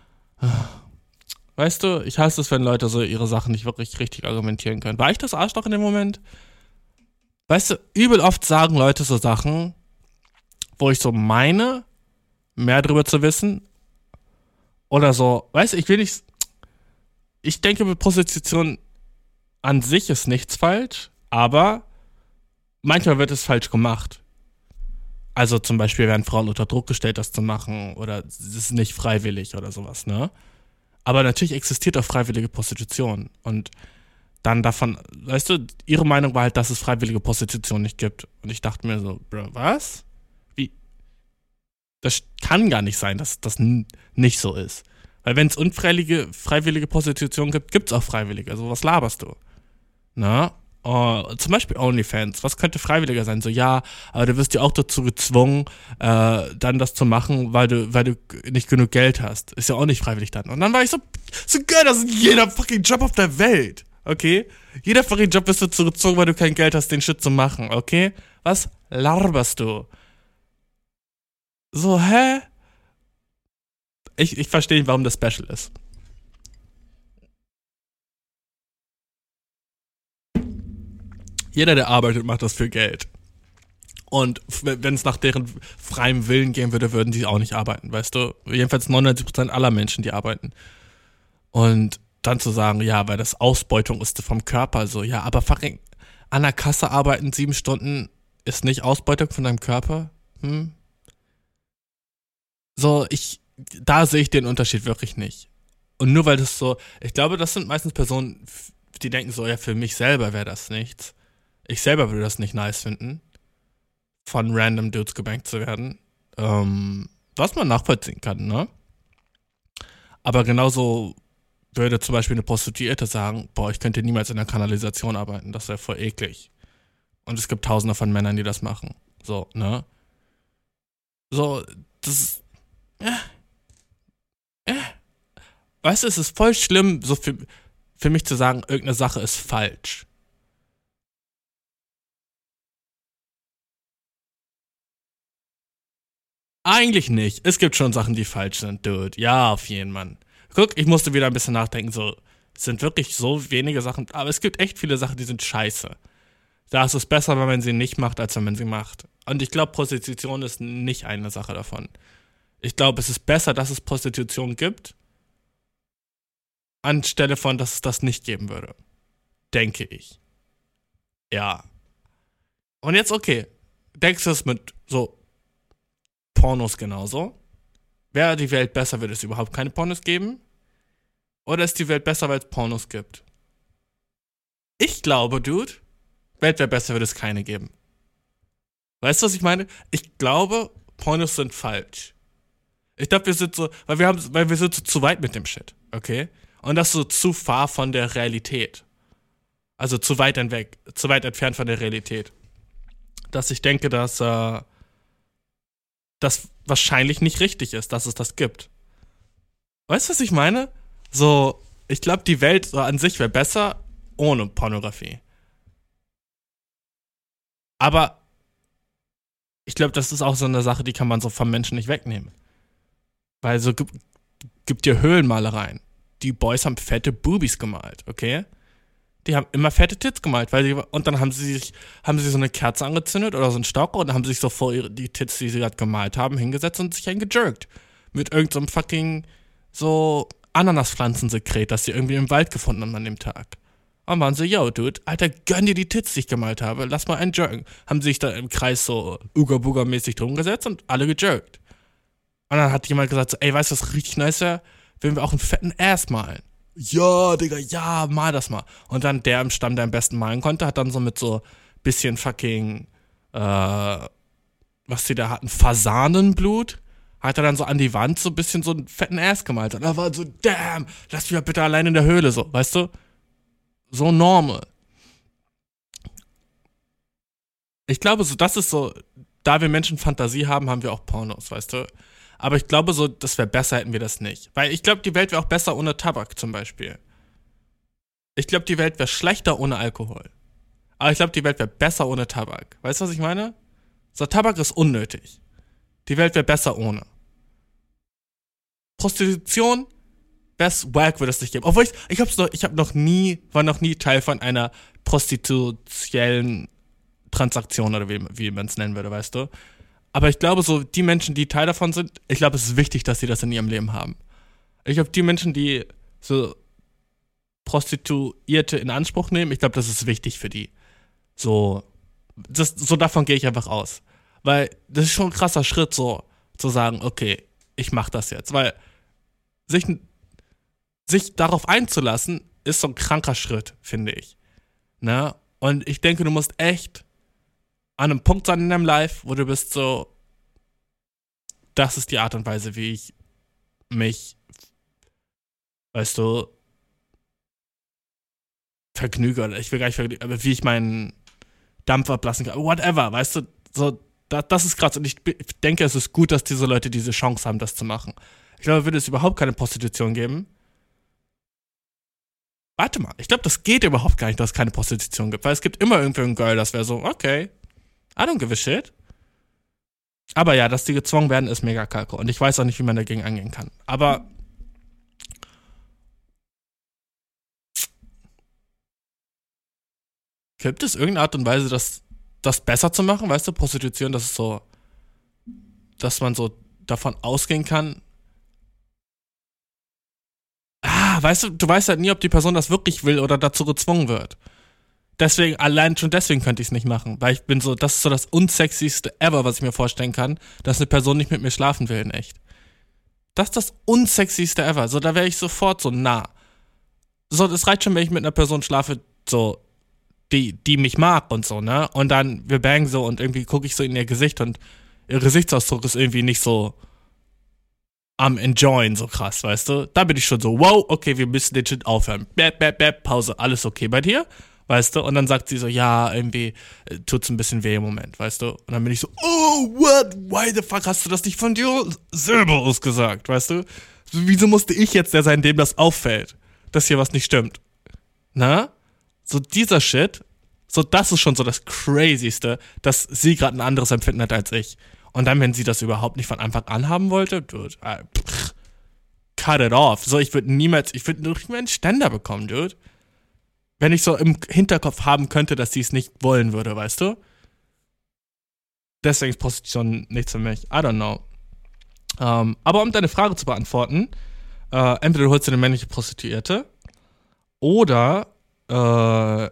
weißt du, ich hasse es, wenn Leute so ihre Sachen nicht wirklich richtig argumentieren können. War ich das Arschloch in dem Moment? Weißt du, übel oft sagen Leute so Sachen, wo ich so meine, mehr drüber zu wissen. Oder so, weißt du, ich will nicht. Ich denke, mit Prostitution an sich ist nichts falsch, aber manchmal wird es falsch gemacht. Also zum Beispiel werden Frauen unter Druck gestellt, das zu machen, oder es ist nicht freiwillig oder sowas, ne? Aber natürlich existiert auch freiwillige Prostitution. Und dann davon, weißt du, ihre Meinung war halt, dass es freiwillige Prostitution nicht gibt. Und ich dachte mir so, Bro, was? Wie? Das kann gar nicht sein, dass das n- nicht so ist. Weil wenn es unfreiwillige freiwillige Prostitution gibt, gibt es auch freiwillige. Also was laberst du? Na? Oh, zum Beispiel OnlyFans. Was könnte freiwilliger sein? So, ja, aber du wirst ja auch dazu gezwungen, äh, dann das zu machen, weil du, weil du nicht genug Geld hast. Ist ja auch nicht freiwillig dann. Und dann war ich so, so geil, das ist jeder fucking Job auf der Welt. Okay? Jeder fucking Job bist du dazu gezwungen, weil du kein Geld hast, den Shit zu machen. Okay? Was laberst du? So, hä? Ich, ich verstehe nicht, warum das special ist. Jeder, der arbeitet, macht das für Geld. Und wenn es nach deren freiem Willen gehen würde, würden die auch nicht arbeiten, weißt du? Jedenfalls neunundneunzig Prozent aller Menschen, die arbeiten. Und dann zu sagen, ja, weil das Ausbeutung ist vom Körper, so, ja, aber fucking an der Kasse arbeiten sieben Stunden ist nicht Ausbeutung von deinem Körper? Hm? So, ich, da sehe ich den Unterschied wirklich nicht. Und nur weil das so, ich glaube, das sind meistens Personen, die denken so, ja, für mich selber wäre das nichts. Ich selber würde das nicht nice finden, von random Dudes gebankt zu werden. Ähm, was man nachvollziehen kann, ne? Aber genauso würde zum Beispiel eine Prostituierte sagen, boah, ich könnte niemals in der Kanalisation arbeiten, das wäre voll eklig. Und es gibt tausende von Männern, die das machen. So, ne? So, das, äh, äh. Weißt du, es ist voll schlimm, so für, für mich zu sagen, irgendeine Sache ist falsch. Eigentlich nicht. Es gibt schon Sachen, die falsch sind, Dude. Ja, auf jeden Mann. Guck, ich musste wieder ein bisschen nachdenken, so, es sind wirklich so wenige Sachen, aber es gibt echt viele Sachen, die sind scheiße. Da ist es besser, wenn man sie nicht macht, als wenn man sie macht. Und ich glaube, Prostitution ist nicht eine Sache davon. Ich glaube, es ist besser, dass es Prostitution gibt, anstelle von, dass es das nicht geben würde. Denke ich. Ja. Und jetzt, okay. Denkst du es mit so Pornos genauso? Wäre die Welt besser, würde es überhaupt keine Pornos geben? Oder ist die Welt besser, weil es Pornos gibt? Ich glaube, Dude, Welt wäre besser, würde es keine geben. Weißt du, was ich meine? Ich glaube, Pornos sind falsch. Ich glaube, wir sind so, weil wir haben, weil wir sind so zu weit mit dem Shit, okay? Und das so zu far von der Realität. Also zu weit entweg, zu weit entfernt von der Realität. Dass ich denke, dass äh, das wahrscheinlich nicht richtig ist, dass es das gibt. Weißt du, was ich meine? So, ich glaube, die Welt so an sich wäre besser ohne Pornografie. Aber ich glaube, das ist auch so eine Sache, die kann man so vom Menschen nicht wegnehmen. Weil so gibt, gibt dir Höhlenmalereien. Die Boys haben fette Boobies gemalt, okay? Die haben immer fette Tits gemalt, weil die, und dann haben sie sich, haben sie so eine Kerze angezündet oder so einen Stock und dann haben sie sich so vor ihre, die Tits, die sie gerade gemalt haben, hingesetzt und sich eingejirkt. Mit irgendeinem so fucking so Ananaspflanzensekret, das sie irgendwie im Wald gefunden haben an dem Tag. Und waren so, yo, Dude, Alter, gönn dir die Tits, die ich gemalt habe, lass mal einen jerken. Haben sich da im Kreis so Uga-Buga-mäßig drum gesetzt und alle gejirkt. Und dann hat jemand gesagt so, ey, weißt du, was richtig nice wäre? Wenn wir auch einen fetten Ass malen. Ja, Digga, ja, mal das mal. Und dann der im Stamm, der am besten malen konnte, hat dann so mit so bisschen fucking, äh, was die da hatten, Fasanenblut, hat er dann so an die Wand so ein bisschen so einen fetten Ass gemalt. Und da war so, damn, lass mich mal bitte allein in der Höhle, so, weißt du? So normal. Ich glaube, so, das ist so, da wir Menschen Fantasie haben, haben wir auch Pornos, weißt du? Aber ich glaube so, das wäre besser, hätten wir das nicht. Weil ich glaube, die Welt wäre auch besser ohne Tabak zum Beispiel. Ich glaube, die Welt wäre schlechter ohne Alkohol. Aber ich glaube, die Welt wäre besser ohne Tabak. Weißt du, was ich meine? So, Tabak ist unnötig. Die Welt wäre besser ohne. Prostitution, best wack würde es nicht geben. Obwohl ich, ich hab's noch, ich hab noch nie, war noch nie Teil von einer prostitutiellen Transaktion oder wie, wie man es nennen würde, weißt du? Aber ich glaube, so die Menschen, die Teil davon sind, ich glaube, es ist wichtig, dass sie das in ihrem Leben haben. Ich glaube, die Menschen, die so Prostituierte in Anspruch nehmen, ich glaube, das ist wichtig für die. So, das, so davon gehe ich einfach aus. Weil das ist schon ein krasser Schritt, so zu sagen, okay, ich mach das jetzt. Weil sich, sich darauf einzulassen, ist so ein kranker Schritt, finde ich. Ne? Und ich denke, du musst echt an einem Punkt sein in deinem Life, wo du bist so, das ist die Art und Weise, wie ich mich, weißt du, vergnüge, oder ich will gar nicht vergnügen, aber wie ich meinen Dampf ablassen kann, whatever, weißt du, so, das, das ist krass und ich, ich denke, es ist gut, dass diese Leute diese Chance haben, das zu machen. Ich glaube, würde es überhaupt keine Prostitution geben, warte mal, ich glaube, das geht überhaupt gar nicht, dass es keine Prostitution gibt, weil es gibt immer irgendwie ein Girl, das wäre so, okay, I don't give a shit. Aber ja, dass die gezwungen werden, ist mega kacke. Und ich weiß auch nicht, wie man dagegen angehen kann. Aber gibt es irgendeine Art und Weise, das, das besser zu machen? Weißt du, Prostitution, das ist so, dass man so davon ausgehen kann. Ah, weißt du, du weißt halt nie, ob die Person das wirklich will oder dazu gezwungen wird. Deswegen, allein schon deswegen könnte ich es nicht machen. Weil ich bin so, das ist so das unsexyste ever, was ich mir vorstellen kann, dass eine Person nicht mit mir schlafen will in echt. Das ist das unsexyste ever. So, da wäre ich sofort so nah. So, das reicht schon, wenn ich mit einer Person schlafe, so, die, die mich mag und so, ne? Und dann, wir bangen so und irgendwie gucke ich so in ihr Gesicht und ihr Gesichtsausdruck ist irgendwie nicht so am Enjoyen so krass, weißt du? Da bin ich schon so, wow, okay, wir müssen den Shit aufhören. Bäp, bäp, bäp, Pause, alles okay bei dir? Weißt du? Und dann sagt sie so, ja, irgendwie äh, tut's ein bisschen weh im Moment, weißt du? Und dann bin ich so, oh, what? Why the fuck hast du das nicht von dir selber ausgesagt, weißt du? So, wieso musste ich jetzt der sein, dem das auffällt, dass hier was nicht stimmt? Na? So dieser Shit, so das ist schon so das Crazyste, dass sie gerade ein anderes Empfinden hat als ich. Und dann, wenn sie das überhaupt nicht von Anfang an haben wollte, dude, äh, pff, cut it off. So, ich würde niemals, ich würde nicht mehr einen Ständer bekommen, dude. Wenn ich so im Hinterkopf haben könnte, dass sie es nicht wollen würde, weißt du? Deswegen ist Prostitution nichts für mich. I don't know. Ähm, aber um deine Frage zu beantworten, äh, entweder du holst dir eine männliche Prostituierte oder äh,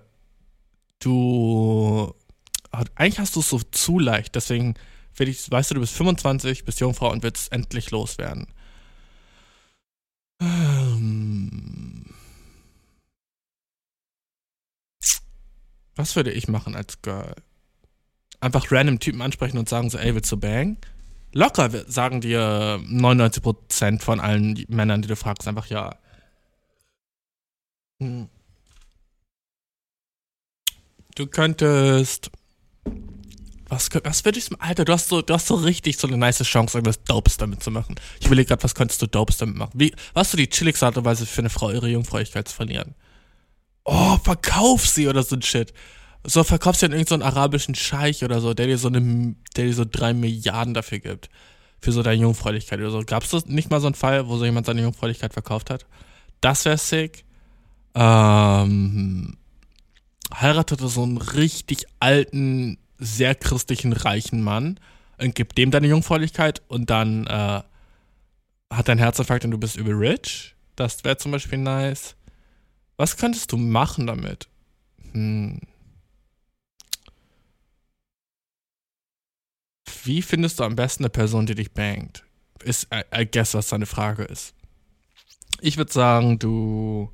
du eigentlich hast du es so zu leicht, deswegen will ich, weißt du, du bist fünfundzwanzig, bist Jungfrau und willst endlich loswerden. Ähm, was würde ich machen als Girl? Einfach random Typen ansprechen und sagen so, ey, willst du bang? Locker sagen dir neunundneunzig Prozent von allen Männern, die du fragst, einfach ja. Hm. Du könntest. Was, was würde ich. Alter, du hast, so, du hast so richtig so eine nice Chance, irgendwas Dopes damit zu machen. Ich überlege gerade, was könntest du Dopes damit machen? Wie, was ist so die chilligste Art und Weise für eine Frau, ihre Jungfräulichkeit zu verlieren? Oh, verkauf sie oder so ein Shit. So verkaufst du an irgendeinen so arabischen Scheich oder so, der dir so eine, der dir so drei Milliarden dafür gibt. Für so deine Jungfräulichkeit oder so. Gab's das nicht mal so einen Fall, wo so jemand seine Jungfräulichkeit verkauft hat? Das wäre sick. Ähm, heiratete so einen richtig alten, sehr christlichen, reichen Mann und gibt dem deine Jungfräulichkeit und dann äh, hat dein Herzinfarkt und du bist übel rich. Das wäre zum Beispiel nice. Was könntest du machen damit? Hm. Wie findest du am besten eine Person, die dich bangt? Ist, I, I guess, was deine Frage ist. Ich würde sagen, du...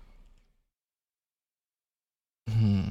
Hm.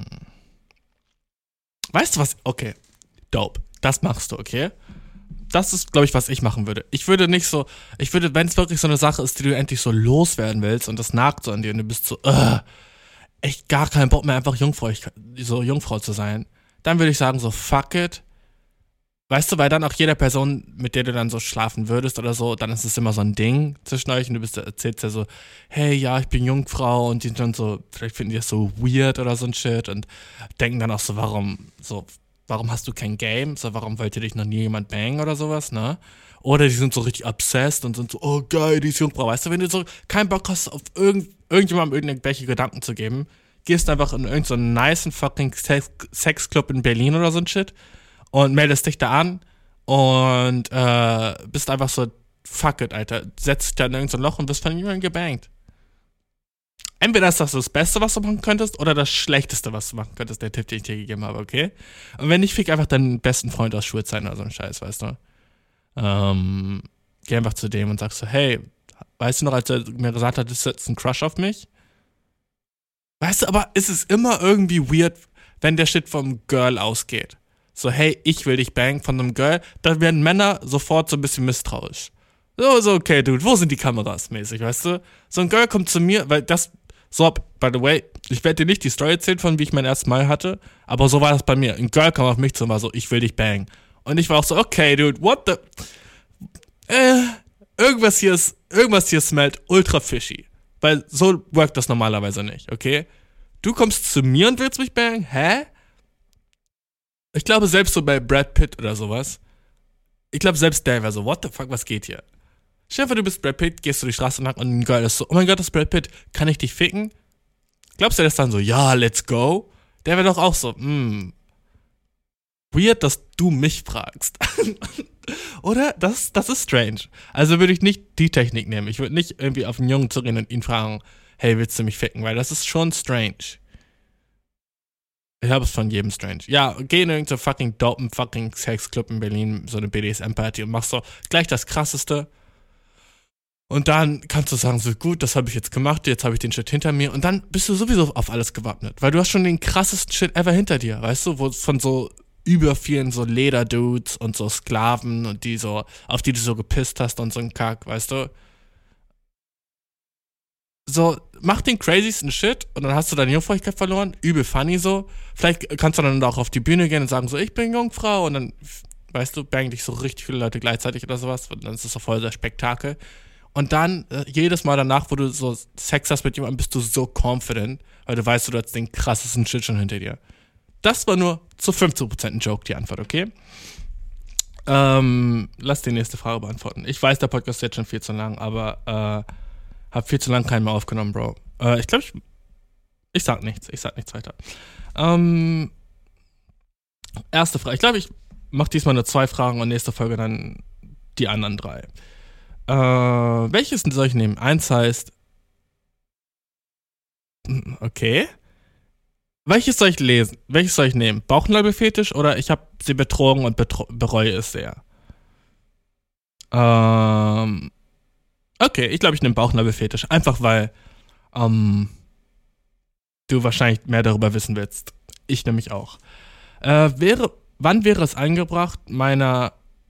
Weißt du was? Okay, dope. Das machst du, okay? Das ist, glaube ich, was ich machen würde. Ich würde nicht so, ich würde, wenn es wirklich so eine Sache ist, die du endlich so loswerden willst und das nagt so an dir und du bist so, uh, echt gar keinen Bock mehr, einfach Jungfrau, so Jungfrau zu sein, dann würde ich sagen so, fuck it. Weißt du, weil dann auch jeder Person, mit der du dann so schlafen würdest oder so, dann ist es immer so ein Ding zwischen euch und du bist, erzählst ja so, hey, ja, ich bin Jungfrau und die sind dann so, vielleicht finden die das so weird oder so ein Shit und denken dann auch so, warum, so, warum hast du kein Game? So, warum wollte dich noch nie jemand bangen oder sowas, ne? Oder die sind so richtig obsessed und sind so, oh geil, die ist Jungfrau. Weißt du, wenn du so keinen Bock hast, auf irgend, irgendjemandem irgendwelche Gedanken zu geben, gehst einfach in irgendeinen so nicen fucking Sex- Sexclub in Berlin oder so ein Shit und meldest dich da an und äh, bist einfach so, fuck it, Alter. Setzt dich da in irgendein Loch und wirst von jemandem gebankt. Entweder ist das das Beste, was du machen könntest, oder das Schlechteste, was du machen könntest, der Tipp, den ich dir gegeben habe, okay? Und wenn nicht, fick einfach deinen besten Freund aus Schulzeiten oder so ein Scheiß, weißt du? Ähm, geh einfach zu dem und sagst so, hey, weißt du noch, als er mir gesagt hat, das ist jetzt ein Crush auf mich? Weißt du, aber es ist immer irgendwie weird, wenn der Shit vom Girl ausgeht. So, hey, ich will dich bangen von einem Girl, dann werden Männer sofort so ein bisschen misstrauisch. So, so, okay, Dude, wo sind die Kameras mäßig, weißt du? So ein Girl kommt zu mir, weil das, so, by the way, ich werde dir nicht die Story erzählen von, wie ich mein erstes Mal hatte, aber so war das bei mir. Ein Girl kam auf mich zu und war so, ich will dich bangen. Und ich war auch so, okay, Dude, what the, äh, irgendwas hier ist, irgendwas hier smellt ultra fishy. Weil so workt das normalerweise nicht, okay? Du kommst zu mir und willst mich bangen? Hä? Ich glaube, selbst so bei Brad Pitt oder sowas, ich glaube, selbst der wäre so, what the fuck, was geht hier? Stell dir vor, du bist Brad Pitt, gehst du die Straße lang und ein Girl ist so, oh mein Gott, das ist Brad Pitt, kann ich dich ficken? Glaubst du, der ist dann so, ja, let's go? Der wäre doch auch so, hm, weird, dass du mich fragst. Oder? Das, das ist strange. Also würde ich nicht die Technik nehmen. Ich würde nicht irgendwie auf einen Jungen zugehen und ihn fragen, hey, willst du mich ficken? Weil das ist schon strange. Ich habe es von jedem strange. Ja, geh in irgendeinen fucking dopen fucking Sexclub in Berlin, so eine B D S M-Party und machst so gleich das Krasseste. Und dann kannst du sagen, so gut, das habe ich jetzt gemacht, jetzt habe ich den Shit hinter mir. Und dann bist du sowieso auf alles gewappnet. Weil du hast schon den krassesten Shit ever hinter dir, weißt du? Wo von so über vielen so Lederdudes und so Sklaven und die so, auf die du so gepisst hast und so ein Kack, weißt du? So, mach den crazysten Shit und dann hast du deine Jungfräulichkeit verloren, übel funny so. Vielleicht kannst du dann auch auf die Bühne gehen und sagen so, ich bin Jungfrau und dann, weißt du, bang dich so richtig viele Leute gleichzeitig oder sowas und dann ist das so voll der Spektakel. Und dann, äh, jedes Mal danach, wo du so Sex hast mit jemandem, bist du so confident, weil du weißt, du hast den krassesten Shit schon hinter dir. Das war nur zu fünfzig Prozent ein Joke, die Antwort, okay? Ähm, lass die nächste Frage beantworten. Ich weiß, der Podcast ist jetzt schon viel zu lang, aber, äh, hab viel zu lang keinen mehr aufgenommen, Bro. Äh, ich glaube, ich, ich sag nichts. Ich sag nichts weiter. Ähm, erste Frage. Ich glaube, ich mache diesmal nur zwei Fragen und nächste Folge dann die anderen drei. Äh, welches soll ich nehmen? Eins heißt, okay. Welches soll ich lesen? Welches soll ich nehmen? Bauchnabelfetisch oder ich habe sie betrogen und betro- bereue es sehr? Ähm, okay, ich glaube, ich nehme Bauchnabelfetisch. Einfach weil ähm, du wahrscheinlich mehr darüber wissen willst. Ich nämlich auch. Äh, wäre, wann wäre es angebracht, meiner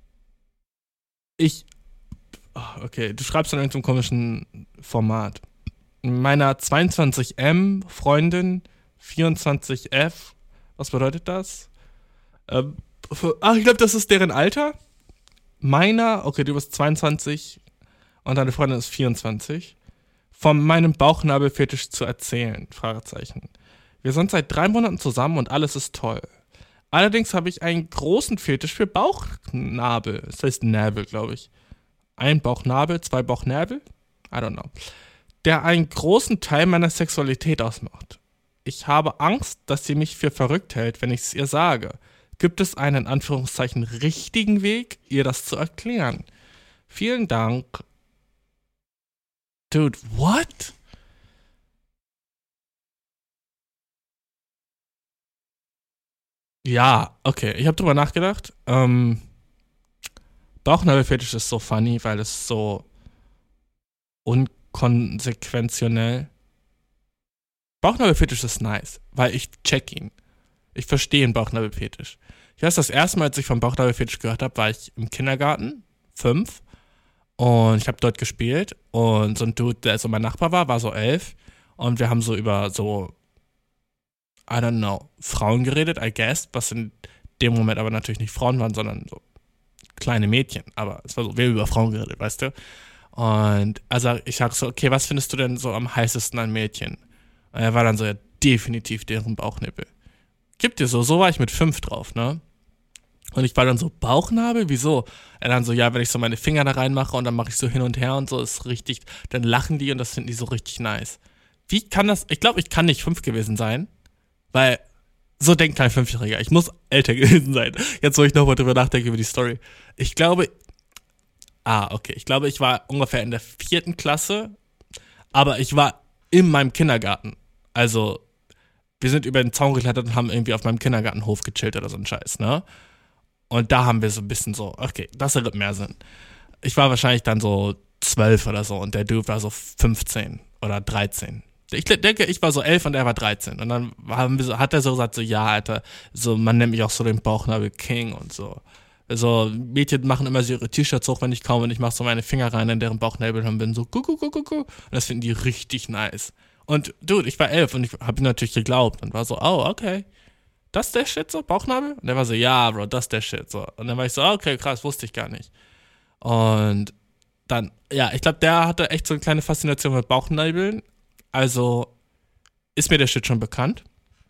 ich oh, okay, du schreibst in irgendeinem komischen Format. Meiner zweiundzwanzig M Freundin vierundzwanzig F. Was bedeutet das? Ähm, für, ach, ich glaube, das ist deren Alter. Meiner, okay, du bist zweiundzwanzig und deine Freundin ist vierundzwanzig. Von meinem Bauchnabelfetisch zu erzählen, Fragezeichen. Wir sind seit drei Monaten zusammen und alles ist toll. Allerdings habe ich einen großen Fetisch für Bauchnabel. Das heißt Nabel, glaube ich. Ein Bauchnabel, zwei Bauchnabel? I don't know. Der einen großen Teil meiner Sexualität ausmacht. Ich habe Angst, dass sie mich für verrückt hält, wenn ich es ihr sage. Gibt es einen, in Anführungszeichen, richtigen Weg, ihr das zu erklären? Vielen Dank. Dude, what? Ja, okay. Ich habe drüber nachgedacht. Ähm, Bauchnabelfetisch ist so funny, weil es so unkonsequentionell. Bauchnabelfetisch ist nice, weil ich check ihn. Ich verstehe einen Bauchnabelfetisch. Ich weiß, das erste Mal, als ich vom Bauchnabelfetisch gehört habe, war ich im Kindergarten, fünf. Und ich habe dort gespielt. Und so ein Dude, der so mein Nachbar war, war so elf. Und wir haben so über so, I don't know, Frauen geredet, I guess. Was in dem Moment aber natürlich nicht Frauen waren, sondern so kleine Mädchen. Aber es war so, wir haben über Frauen geredet, weißt du? Und also ich sag so, okay, was findest du denn so am heißesten an Mädchen? Und er war dann so, ja, definitiv deren Bauchnippel. Gibt dir so, so war ich mit fünf drauf, ne? Und ich war dann so, Bauchnabel, wieso? Er dann so, ja, wenn ich so meine Finger da reinmache und dann mache ich so hin und her und so, ist richtig, dann lachen die und das finden die so richtig nice. Wie kann das, ich glaube, ich kann nicht fünf gewesen sein, weil so denkt kein Fünfjähriger. Ich muss älter gewesen sein. Jetzt, wo ich nochmal drüber nachdenke über die Story. Ich glaube, ah, okay, ich glaube, ich war ungefähr in der vierten Klasse, aber ich war in meinem Kindergarten. Also, wir sind über den Zaun geklettert und haben irgendwie auf meinem Kindergartenhof gechillt oder so ein Scheiß, ne? Und da haben wir so ein bisschen so, okay, das ergibt mehr Sinn. Ich war wahrscheinlich dann so zwölf oder so und der Dude war so fünfzehn oder dreizehn. Ich denke, ich war so elf und er war dreizehn. Und dann haben wir so, hat er so gesagt, so, ja, Alter, so, man nennt mich auch so den Bauchnabel King und so. Also, Mädchen machen immer so ihre T-Shirts hoch, wenn ich komme und ich mache so meine Finger rein in deren Bauchnabel und bin so, guck, guck, guck, guck. Und das finden die richtig nice. Und, dude, ich war elf und ich hab ihm natürlich geglaubt und war so, oh, okay. Das ist der Shit so, Bauchnabel? Und er war so, ja, Bro, das ist der Shit so. Und dann war ich so, okay, krass, wusste ich gar nicht. Und dann, ja, ich glaube, der hatte echt so eine kleine Faszination mit Bauchnabeln. Also ist mir der Shit schon bekannt.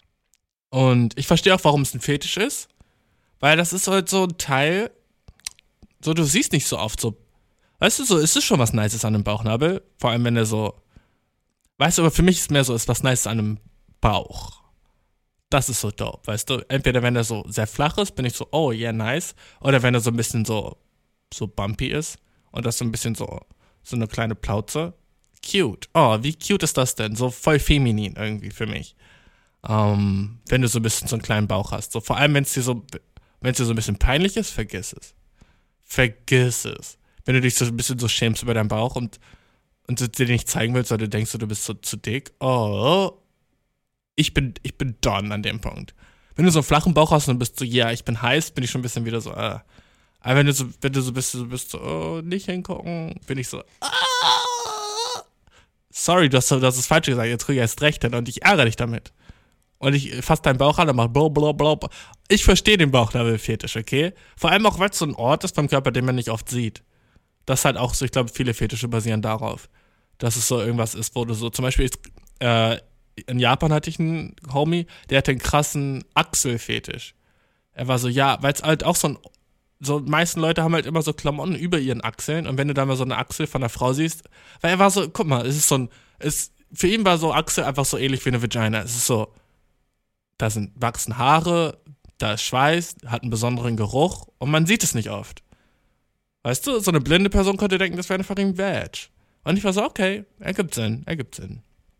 Und ich verstehe auch, warum es ein Fetisch ist. Weil das ist halt so ein Teil, so, du siehst nicht so oft so, weißt du, so, ist es schon was Nices an einem Bauchnabel. Vor allem, wenn der so, weißt du, aber für mich ist es mehr so, ist was Nices an einem Bauch. Das ist so dope, weißt du? Entweder wenn er so sehr flach ist, bin ich so, oh, yeah, nice. Oder wenn er so ein bisschen so, so bumpy ist und das so ein bisschen so, so eine kleine Plauze. Cute. Oh, wie cute ist das denn? So voll feminin irgendwie für mich. Ähm, wenn du so ein bisschen so einen kleinen Bauch hast. So, vor allem, wenn es dir so, wenn es dir so ein bisschen peinlich ist, vergiss es. Vergiss es. Wenn du dich so ein bisschen so schämst über deinen Bauch und, und du dir nicht zeigen willst, weil du denkst, du bist so zu dick. Oh, ich bin, ich bin done an dem Punkt. Wenn du so einen flachen Bauch hast und bist so, ja, ich bin heiß, bin ich schon ein bisschen wieder so, äh. Aber wenn du so, wenn du so bist, so bist so, oh, nicht hingucken, bin ich so, ah. Sorry, du hast das ist falsch gesagt, jetzt krieg ich erst recht hin und ich ärgere dich damit. Und ich fasse deinen Bauch an und mach blablabla. Ich verstehe den Bauchnabel-Fetisch, okay? Vor allem auch, weil es so ein Ort ist beim Körper, den man nicht oft sieht. Das ist halt auch so, ich glaube, viele Fetische basieren darauf. Dass es so irgendwas ist, wo du so, zum Beispiel, äh, in Japan hatte ich einen Homie, der hatte einen krassen Achselfetisch. Er war so, ja, weil es halt auch so ein, so, die meisten Leute haben halt immer so Klamotten über ihren Achseln und wenn du da mal so eine Achsel von einer Frau siehst, weil er war so, guck mal, es ist so ein, es, für ihn war so Achsel einfach so ähnlich wie eine Vagina. Es ist so, da sind, wachsen Haare, da ist Schweiß, hat einen besonderen Geruch und man sieht es nicht oft. Weißt du, so eine blinde Person könnte denken, das wäre eine fucking Vag. Und ich war so, okay, ergibt Sinn, ergibt Sinn.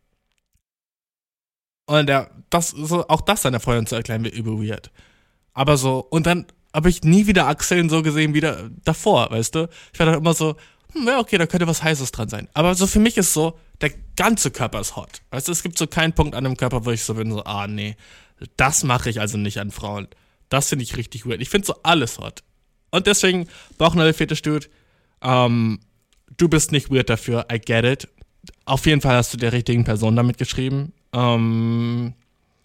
Und der, das, so, auch das seiner Freundin zu erklären, wird übel weird. Aber so, und dann habe ich nie wieder Achseln so gesehen wie da, davor, weißt du? Ich war dann immer so, hm, ja, okay, da könnte was Heißes dran sein. Aber so für mich ist so, der ganze Körper ist hot. Weißt du, es gibt so keinen Punkt an dem Körper, wo ich so bin, so, ah, nee, das mache ich also nicht an Frauen. Das finde ich richtig weird. Ich finde so alles hot. Und deswegen, Bauchnabelfetisch, Dude, ähm, du bist nicht weird dafür, I get it. Auf jeden Fall hast du der richtigen Person damit geschrieben. Ähm,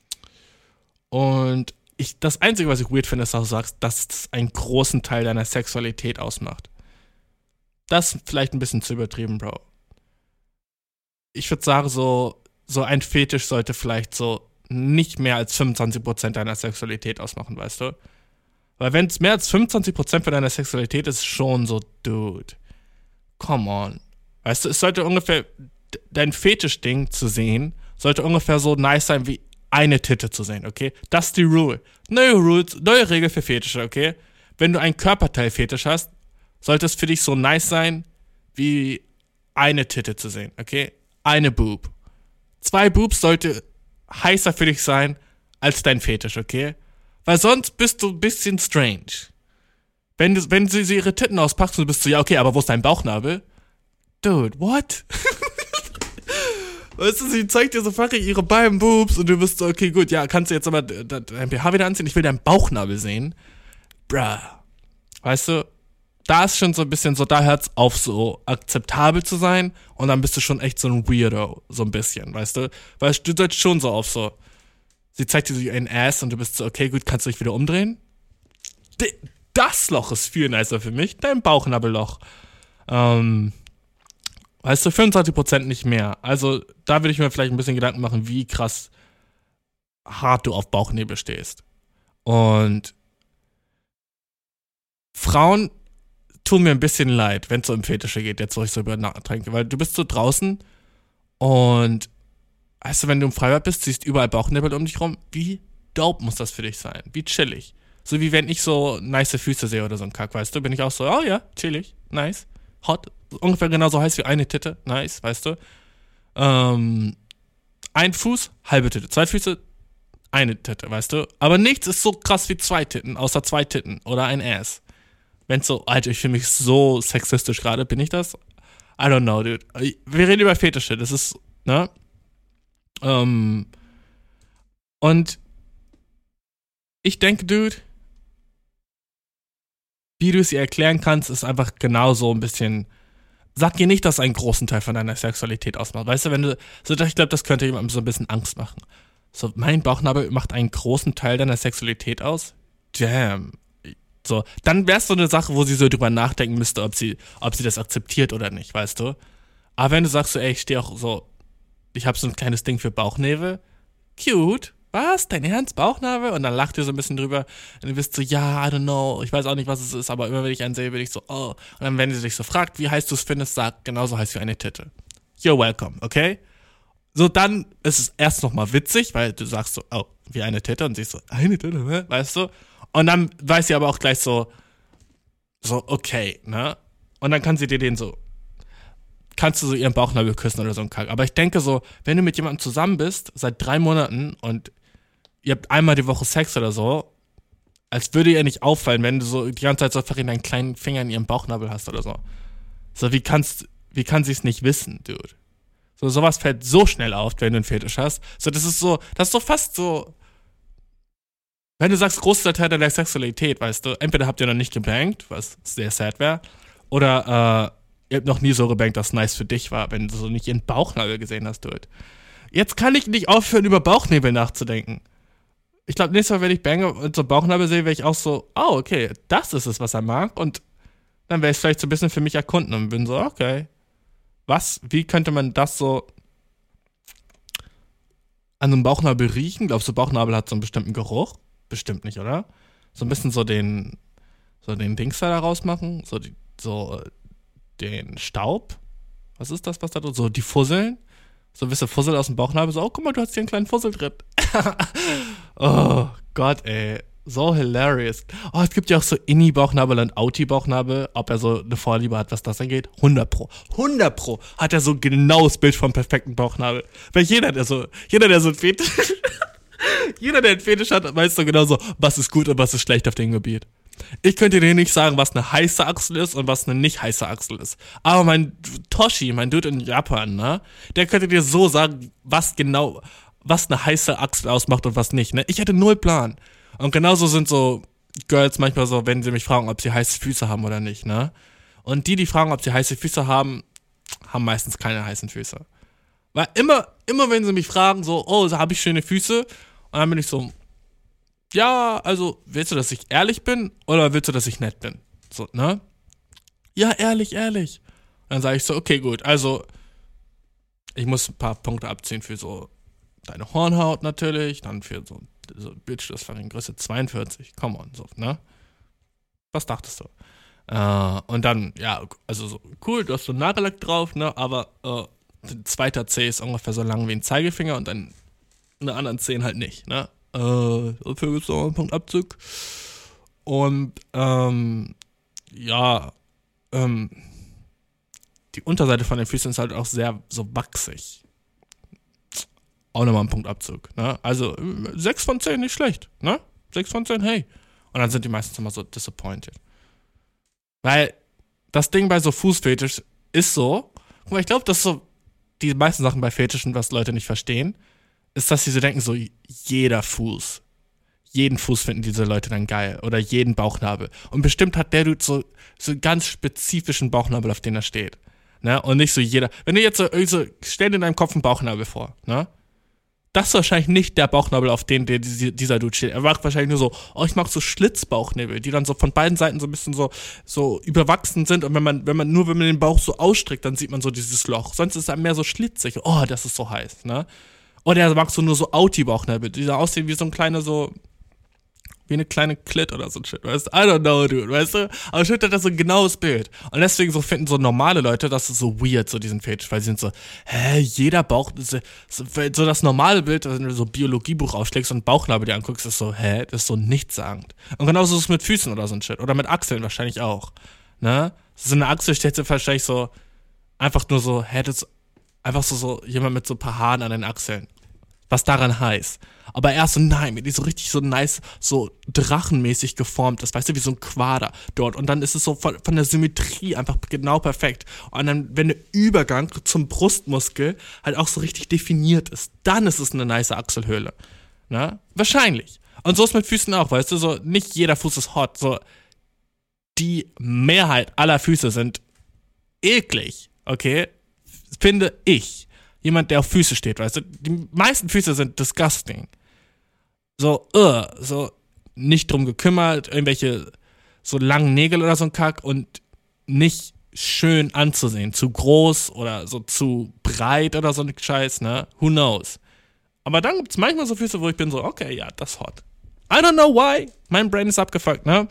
und ich, das Einzige, was ich weird finde, ist, dass du sagst, dass es einen großen Teil deiner Sexualität ausmacht. Das ist vielleicht ein bisschen zu übertrieben, Bro. Ich würde sagen, so, so ein Fetisch sollte vielleicht so nicht mehr als fünfundzwanzig Prozent deiner Sexualität ausmachen, weißt du? Weil wenn es mehr als fünfundzwanzig Prozent von deiner Sexualität ist, schon so, dude, come on. Weißt du, es sollte ungefähr, dein Fetisch-Ding zu sehen, sollte ungefähr so nice sein wie eine Titte zu sehen, okay? Das ist die Rule. Neue Rules, neue Regel für Fetische, okay? Wenn du einen Körperteil-Fetisch hast, sollte es für dich so nice sein, wie eine Titte zu sehen, okay? Eine Boob. Zwei Boobs sollte heißer für dich sein als dein Fetisch, okay? Weil sonst bist du ein bisschen strange. Wenn, du, wenn sie, sie ihre Titten auspackt und du bist so, ja, okay, aber wo ist dein Bauchnabel? Dude, what? Weißt du, sie zeigt dir so fucking ihre beiden Boobs und du bist so, okay, gut, ja, kannst du jetzt aber dein B H wieder anziehen? Ich will deinen Bauchnabel sehen. Bruh. Weißt du, da ist schon so ein bisschen so, da hört's auf, so akzeptabel zu sein und dann bist du schon echt so ein Weirdo, so ein bisschen, weißt du? Weil du sollst schon so auf so, sie zeigt dir so einen Ass und du bist so, okay, gut, kannst du dich wieder umdrehen? Das Loch ist viel nicer für mich, dein Bauchnabelloch. Ähm, weißt du, fünfundzwanzig Prozent nicht mehr. Also da würde ich mir vielleicht ein bisschen Gedanken machen, wie krass hart du auf Bauchnebel stehst. Und Frauen tun mir ein bisschen leid, wenn es so um Fetische geht, jetzt wo ich so über nachdenke, weil du bist so draußen und weißt du, wenn du im Freibad bist, siehst überall Bauchnebel um dich rum, wie dope muss das für dich sein? Wie chillig. So wie wenn ich so nice Füße sehe oder so ein Kack, weißt du, bin ich auch so, oh ja, chillig, nice, hot, ungefähr genauso heiß wie eine Titte, nice, weißt du. Ähm, ein Fuß, halbe Titte, zwei Füße, eine Titte, weißt du. Aber nichts ist so krass wie zwei Titten, außer zwei Titten oder ein Ass. Wenn's so, Alter, ich fühle mich so sexistisch gerade, bin ich das? I don't know, dude. Wir reden über Fetische, das ist, ne? Ähm, und ich denke, dude, wie du es ihr erklären kannst, ist einfach genauso ein bisschen, sag ihr nicht, dass einen großen Teil von deiner Sexualität ausmacht. Weißt du, wenn du, so, ich glaube, das könnte jemandem so ein bisschen Angst machen. So, mein Bauchnabel macht einen großen Teil deiner Sexualität aus? Damn. So, dann wäre es so eine Sache, wo sie so drüber nachdenken müsste, ob sie, ob sie das akzeptiert oder nicht, weißt du? Aber wenn du sagst so, ey, ich stehe auch so, ich habe so ein kleines Ding für Bauchnebel, cute, was, dein Ernst, Bauchnabel? Und dann lacht ihr so ein bisschen drüber und du bist so, ja, I don't know, ich weiß auch nicht, was es ist, aber immer wenn ich einen sehe, bin ich so, oh. Und dann, wenn sie dich so fragt, wie heiß du es findest, sag, genauso heiß wie eine Titte. You're welcome, okay? So, dann ist es erst nochmal witzig, weil du sagst so, oh, wie eine Titte und sie ist so, eine Titte, ne? Weißt du? Und dann weiß sie aber auch gleich so, so, okay, ne? Und dann kann sie dir den so, kannst du so ihren Bauchnabel küssen oder so ein Kack. Aber ich denke so, wenn du mit jemandem zusammen bist, seit drei Monaten und ihr habt einmal die Woche Sex oder so, als würde ihr nicht auffallen, wenn du so die ganze Zeit so einfach in deinen kleinen Finger in ihrem Bauchnabel hast oder so. So, wie kannst, wie kann sie es nicht wissen, dude? So, sowas fällt so schnell auf, wenn du einen Fetisch hast. So, das ist so, das ist so fast so, wenn du sagst, großer Teil deiner Sexualität, weißt du, entweder habt ihr noch nicht gebankt, was sehr sad wäre, oder, äh, ihr habt noch nie so gebankt, dass nice für dich war, wenn du so nicht ihren Bauchnabel gesehen hast, dude. Jetzt kann ich nicht aufhören, über Bauchnebel nachzudenken. Ich glaube, nächstes Mal, wenn ich bange und so Bauchnabel sehe, wäre ich auch so, oh, okay, das ist es, was er mag. Und dann wäre ich vielleicht so ein bisschen für mich erkunden und bin so, okay, was, wie könnte man das so an einem Bauchnabel riechen? Glaubst du, Bauchnabel hat so einen bestimmten Geruch? Bestimmt nicht, oder? So ein bisschen so den, so den Dings da rausmachen, so die, so den Staub. Was ist das, was da drin? So die Fusseln. So ein bisschen Fussel aus dem Bauchnabel. So, oh, guck mal, du hast hier einen kleinen Fussel drin. Oh Gott, ey. So hilarious. Oh, es gibt ja auch so Inni-Bauchnabel und Outi-Bauchnabel. Ob er so eine Vorliebe hat, was das angeht. hundert Pro. hundert Pro hat er so ein genaues Bild vom perfekten Bauchnabel. Weil jeder, der so, jeder, der so ein Fetisch, jeder, der einen Fetisch hat, weiß so genau so, was ist gut und was ist schlecht auf dem Gebiet. Ich könnte dir nicht sagen, was eine heiße Achsel ist und was eine nicht heiße Achsel ist. Aber mein Toshi, mein Dude in Japan, ne, der könnte dir so sagen, was genau, was eine heiße Achsel ausmacht und was nicht, ne. Ich hätte null Plan. Und genauso sind so Girls manchmal so, wenn sie mich fragen, ob sie heiße Füße haben oder nicht, ne. Und die, die fragen, ob sie heiße Füße haben, haben meistens keine heißen Füße. Weil immer, immer wenn sie mich fragen, so, oh, habe ich schöne Füße? Und dann bin ich so, ja, also, willst du, dass ich ehrlich bin oder willst du, dass ich nett bin? So, ne? Ja, ehrlich, ehrlich. Und dann sage ich so, okay, gut, also, ich muss ein paar Punkte abziehen für so deine Hornhaut natürlich, dann für so, so Bitch, das war in Größe zweiundvierzig, come on, so, ne? Was dachtest du? Äh, und dann, ja, also so, cool, du hast so Nagellack drauf, ne, aber äh, ein zweiter Zeh ist ungefähr so lang wie ein Zeigefinger und dann eine anderen Zehen halt nicht, ne? Äh, dafür gibt es noch einen Punktabzug. Und, ähm, ja, ähm, die Unterseite von den Füßen ist halt auch sehr so wachsig. Auch nochmal ein Punktabzug, ne? Also, sechs von zehn, nicht schlecht, ne? sechs von zehn, hey. Und dann sind die meistens immer so disappointed. Weil das Ding bei so Fußfetisch ist so, guck mal, ich glaube, dass so die meisten Sachen bei Fetischen, was Leute nicht verstehen, ist, dass sie so denken, so jeder Fuß, jeden Fuß finden diese Leute dann geil oder jeden Bauchnabel. Und bestimmt hat der Dude so, so einen ganz spezifischen Bauchnabel, auf den er steht. Ne? Und nicht so jeder. Wenn du jetzt so, so stell dir in deinem Kopf einen Bauchnabel vor, ne? Das ist wahrscheinlich nicht der Bauchnabel, auf den der, dieser Dude steht. Er macht wahrscheinlich nur so, oh, ich mag so Schlitzbauchnäbel, die dann so von beiden Seiten so ein bisschen so, so überwachsen sind. Und wenn man, wenn man, nur wenn man den Bauch so ausstreckt, dann sieht man so dieses Loch. Sonst ist er mehr so schlitzig. Oh, das ist so heiß, ne? Oder er mag so nur so Auti-Bauchnäbel, die da aussehen wie so ein kleiner so, wie eine kleine Klit oder so ein Shit, weißt du? I don't know, dude, weißt du? Aber Shit hat das so ein genaues Bild. Und deswegen so finden so normale Leute, das ist so weird, so diesen Fetisch, weil sie sind so, hä, jeder Bauch, so, so das normale Bild, wenn du so ein Biologiebuch aufschlägst und Bauchnabel dir anguckst, ist so, hä, das ist so nichtssagend. Und genauso ist es mit Füßen oder so ein Shit. Oder mit Achseln wahrscheinlich auch, ne? So eine Achsel steht dir wahrscheinlich so, einfach nur so, hä, das ist einfach so, so jemand mit so ein paar Haaren an den Achseln. Was daran heißt. Aber er ist so, nein, mit die so richtig so nice, so drachenmäßig geformt ist, weißt du, wie so ein Quader dort. Und dann ist es so von, von der Symmetrie einfach genau perfekt. Und dann, wenn der Übergang zum Brustmuskel halt auch so richtig definiert ist, dann ist es eine nice Achselhöhle. Ne? Wahrscheinlich. Und so ist mit Füßen auch, weißt du, so nicht jeder Fuß ist hot, so die Mehrheit aller Füße sind eklig, okay? Finde ich. Jemand, der auf Füße steht, weißt du? Die meisten Füße sind disgusting. So, uh, so nicht drum gekümmert, irgendwelche so langen Nägel oder so ein Kack und nicht schön anzusehen. Zu groß oder so zu breit oder so ein Scheiß, ne? Who knows? Aber dann gibt's manchmal so Füße, wo ich bin so, okay, ja, das ist hot. I don't know why. Mein Brain ist abgefuckt, ne?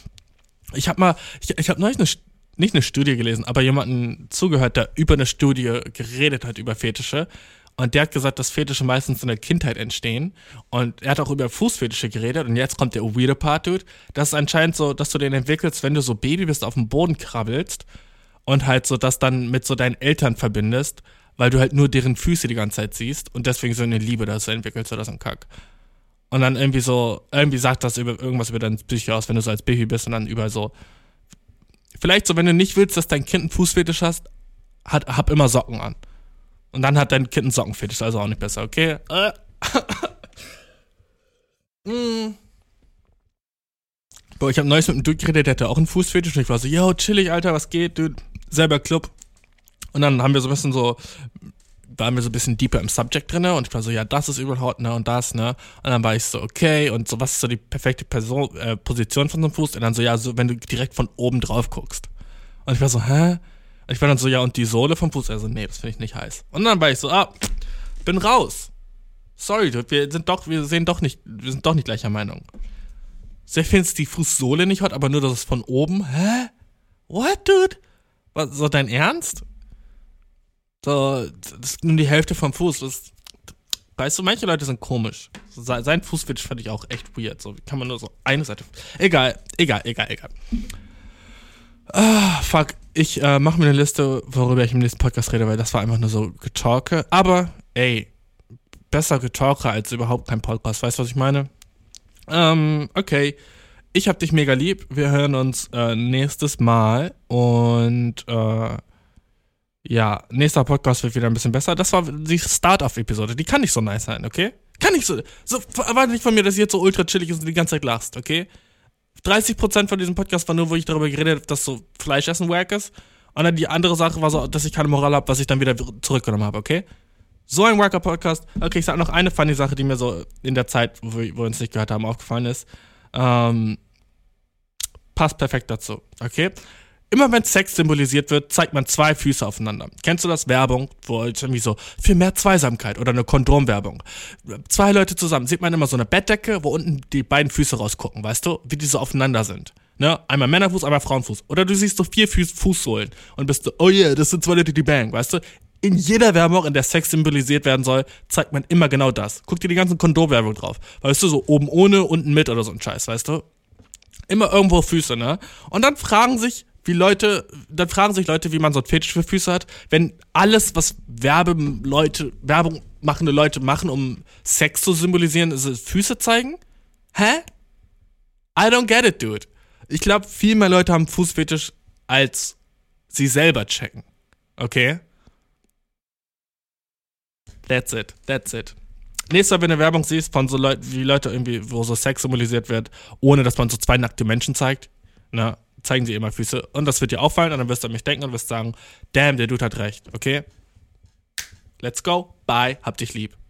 Ich hab mal, ich, ich hab neulich eine nicht eine Studie gelesen, aber jemanden zugehört, der über eine Studie geredet hat, über Fetische. Und der hat gesagt, dass Fetische meistens in der Kindheit entstehen. Und er hat auch über Fußfetische geredet. Und jetzt kommt der weirde Part, Dude. Das ist anscheinend so, dass du den entwickelst, wenn du so Baby bist, auf dem Boden krabbelst. Und halt so das dann mit so deinen Eltern verbindest, weil du halt nur deren Füße die ganze Zeit siehst. Und deswegen so eine Liebe dazu entwickelst oder so ein Kack. Und dann irgendwie so, irgendwie sagt das über irgendwas über dein Psyche aus, wenn du so als Baby bist und dann überall so. Vielleicht so, wenn du nicht willst, dass dein Kind einen Fußfetisch hast, hat, hab immer Socken an. Und dann hat dein Kind einen Sockenfetisch, also auch nicht besser, okay? Äh. mm. Boah, ich hab neulich mit einem Dude geredet, der hatte auch einen Fußfetisch und ich war so, yo, chillig, Alter, was geht, Dude? Selber Club. Und dann haben wir so ein bisschen so, waren wir so ein bisschen deeper im Subject drin und ich war so, ja, das ist überhaupt, ne, und das, ne. Und dann war ich so, okay, und so, was ist so die perfekte Person, äh, Position von so einem Fuß? Und dann so, ja, so, wenn du direkt von oben drauf guckst. Und ich war so, hä? Und ich war dann so, ja, und die Sohle vom Fuß? Also, nee, das finde ich nicht heiß. Und dann war ich so, ah, bin raus. Sorry, dude, wir sind doch, wir sehen doch nicht, wir sind doch nicht gleicher Meinung. Sehr findest die Fußsohle nicht hot, aber nur das von oben? Hä? What, dude? Was, so dein Ernst? So, das ist nur die Hälfte vom Fuß. Das, weißt du, manche Leute sind komisch. So, sein Fußfetisch fand ich auch echt weird. So kann man nur so eine Seite. Egal, egal, egal, egal. Ah, fuck. Ich äh, mache mir eine Liste, worüber ich im nächsten Podcast rede, weil das war einfach nur so Getalke. Aber, ey, besser Getalke als überhaupt kein Podcast. Weißt du, was ich meine? Ähm, okay. Ich hab dich mega lieb. Wir hören uns äh, nächstes Mal. Und, äh, ja, nächster Podcast wird wieder ein bisschen besser. Das war die Start-Off-Episode. Die kann nicht so nice sein, okay? Kann nicht so. So, erwarte nicht von mir, dass ihr jetzt so ultra chillig ist und die ganze Zeit lachst, okay? dreißig Prozent von diesem Podcast war nur, wo ich darüber geredet habe, dass so Fleischessen wack ist. Und dann die andere Sache war so, dass ich keine Moral habe, was ich dann wieder zurückgenommen habe, okay? So ein wacker Podcast. Okay, ich sag noch eine funny Sache, die mir so in der Zeit, wo wir, wo wir uns nicht gehört haben, aufgefallen ist. Ähm, passt perfekt dazu, okay? Immer wenn Sex symbolisiert wird, zeigt man zwei Füße aufeinander. Kennst du das? Werbung, wo jetzt irgendwie so, für mehr Zweisamkeit oder eine Kondomwerbung. Zwei Leute zusammen, sieht man immer so eine Bettdecke, wo unten die beiden Füße rausgucken, weißt du? Wie die so aufeinander sind. Ne? Einmal Männerfuß, einmal Frauenfuß. Oder du siehst so vier Fuß, Fußsohlen und bist so, oh yeah, das sind zwei Leute, die bang, weißt du? In jeder Werbung, in der Sex symbolisiert werden soll, zeigt man immer genau das. Guck dir die ganzen Kondomwerbung drauf. Weißt du, so oben ohne, unten mit oder so ein Scheiß, weißt du? Immer irgendwo Füße, ne? Und dann fragen sich, wie Leute, dann fragen sich Leute, wie man so ein Fetisch für Füße hat, wenn alles, was Werbeleute, Werbung machende Leute machen, um Sex zu symbolisieren, ist es Füße zeigen? Hä? I don't get it, dude. Ich glaube, viel mehr Leute haben Fußfetisch, als sie selber checken. Okay? That's it, that's it. Nächstes Mal, wenn du eine Werbung siehst von so Leuten, wie Leute irgendwie, wo so Sex symbolisiert wird, ohne dass man so zwei nackte Menschen zeigt, na, zeigen sie immer Füße. Und das wird dir auffallen und dann wirst du an mich denken und wirst sagen, damn, der Dude hat recht, okay? Let's go, bye, hab dich lieb.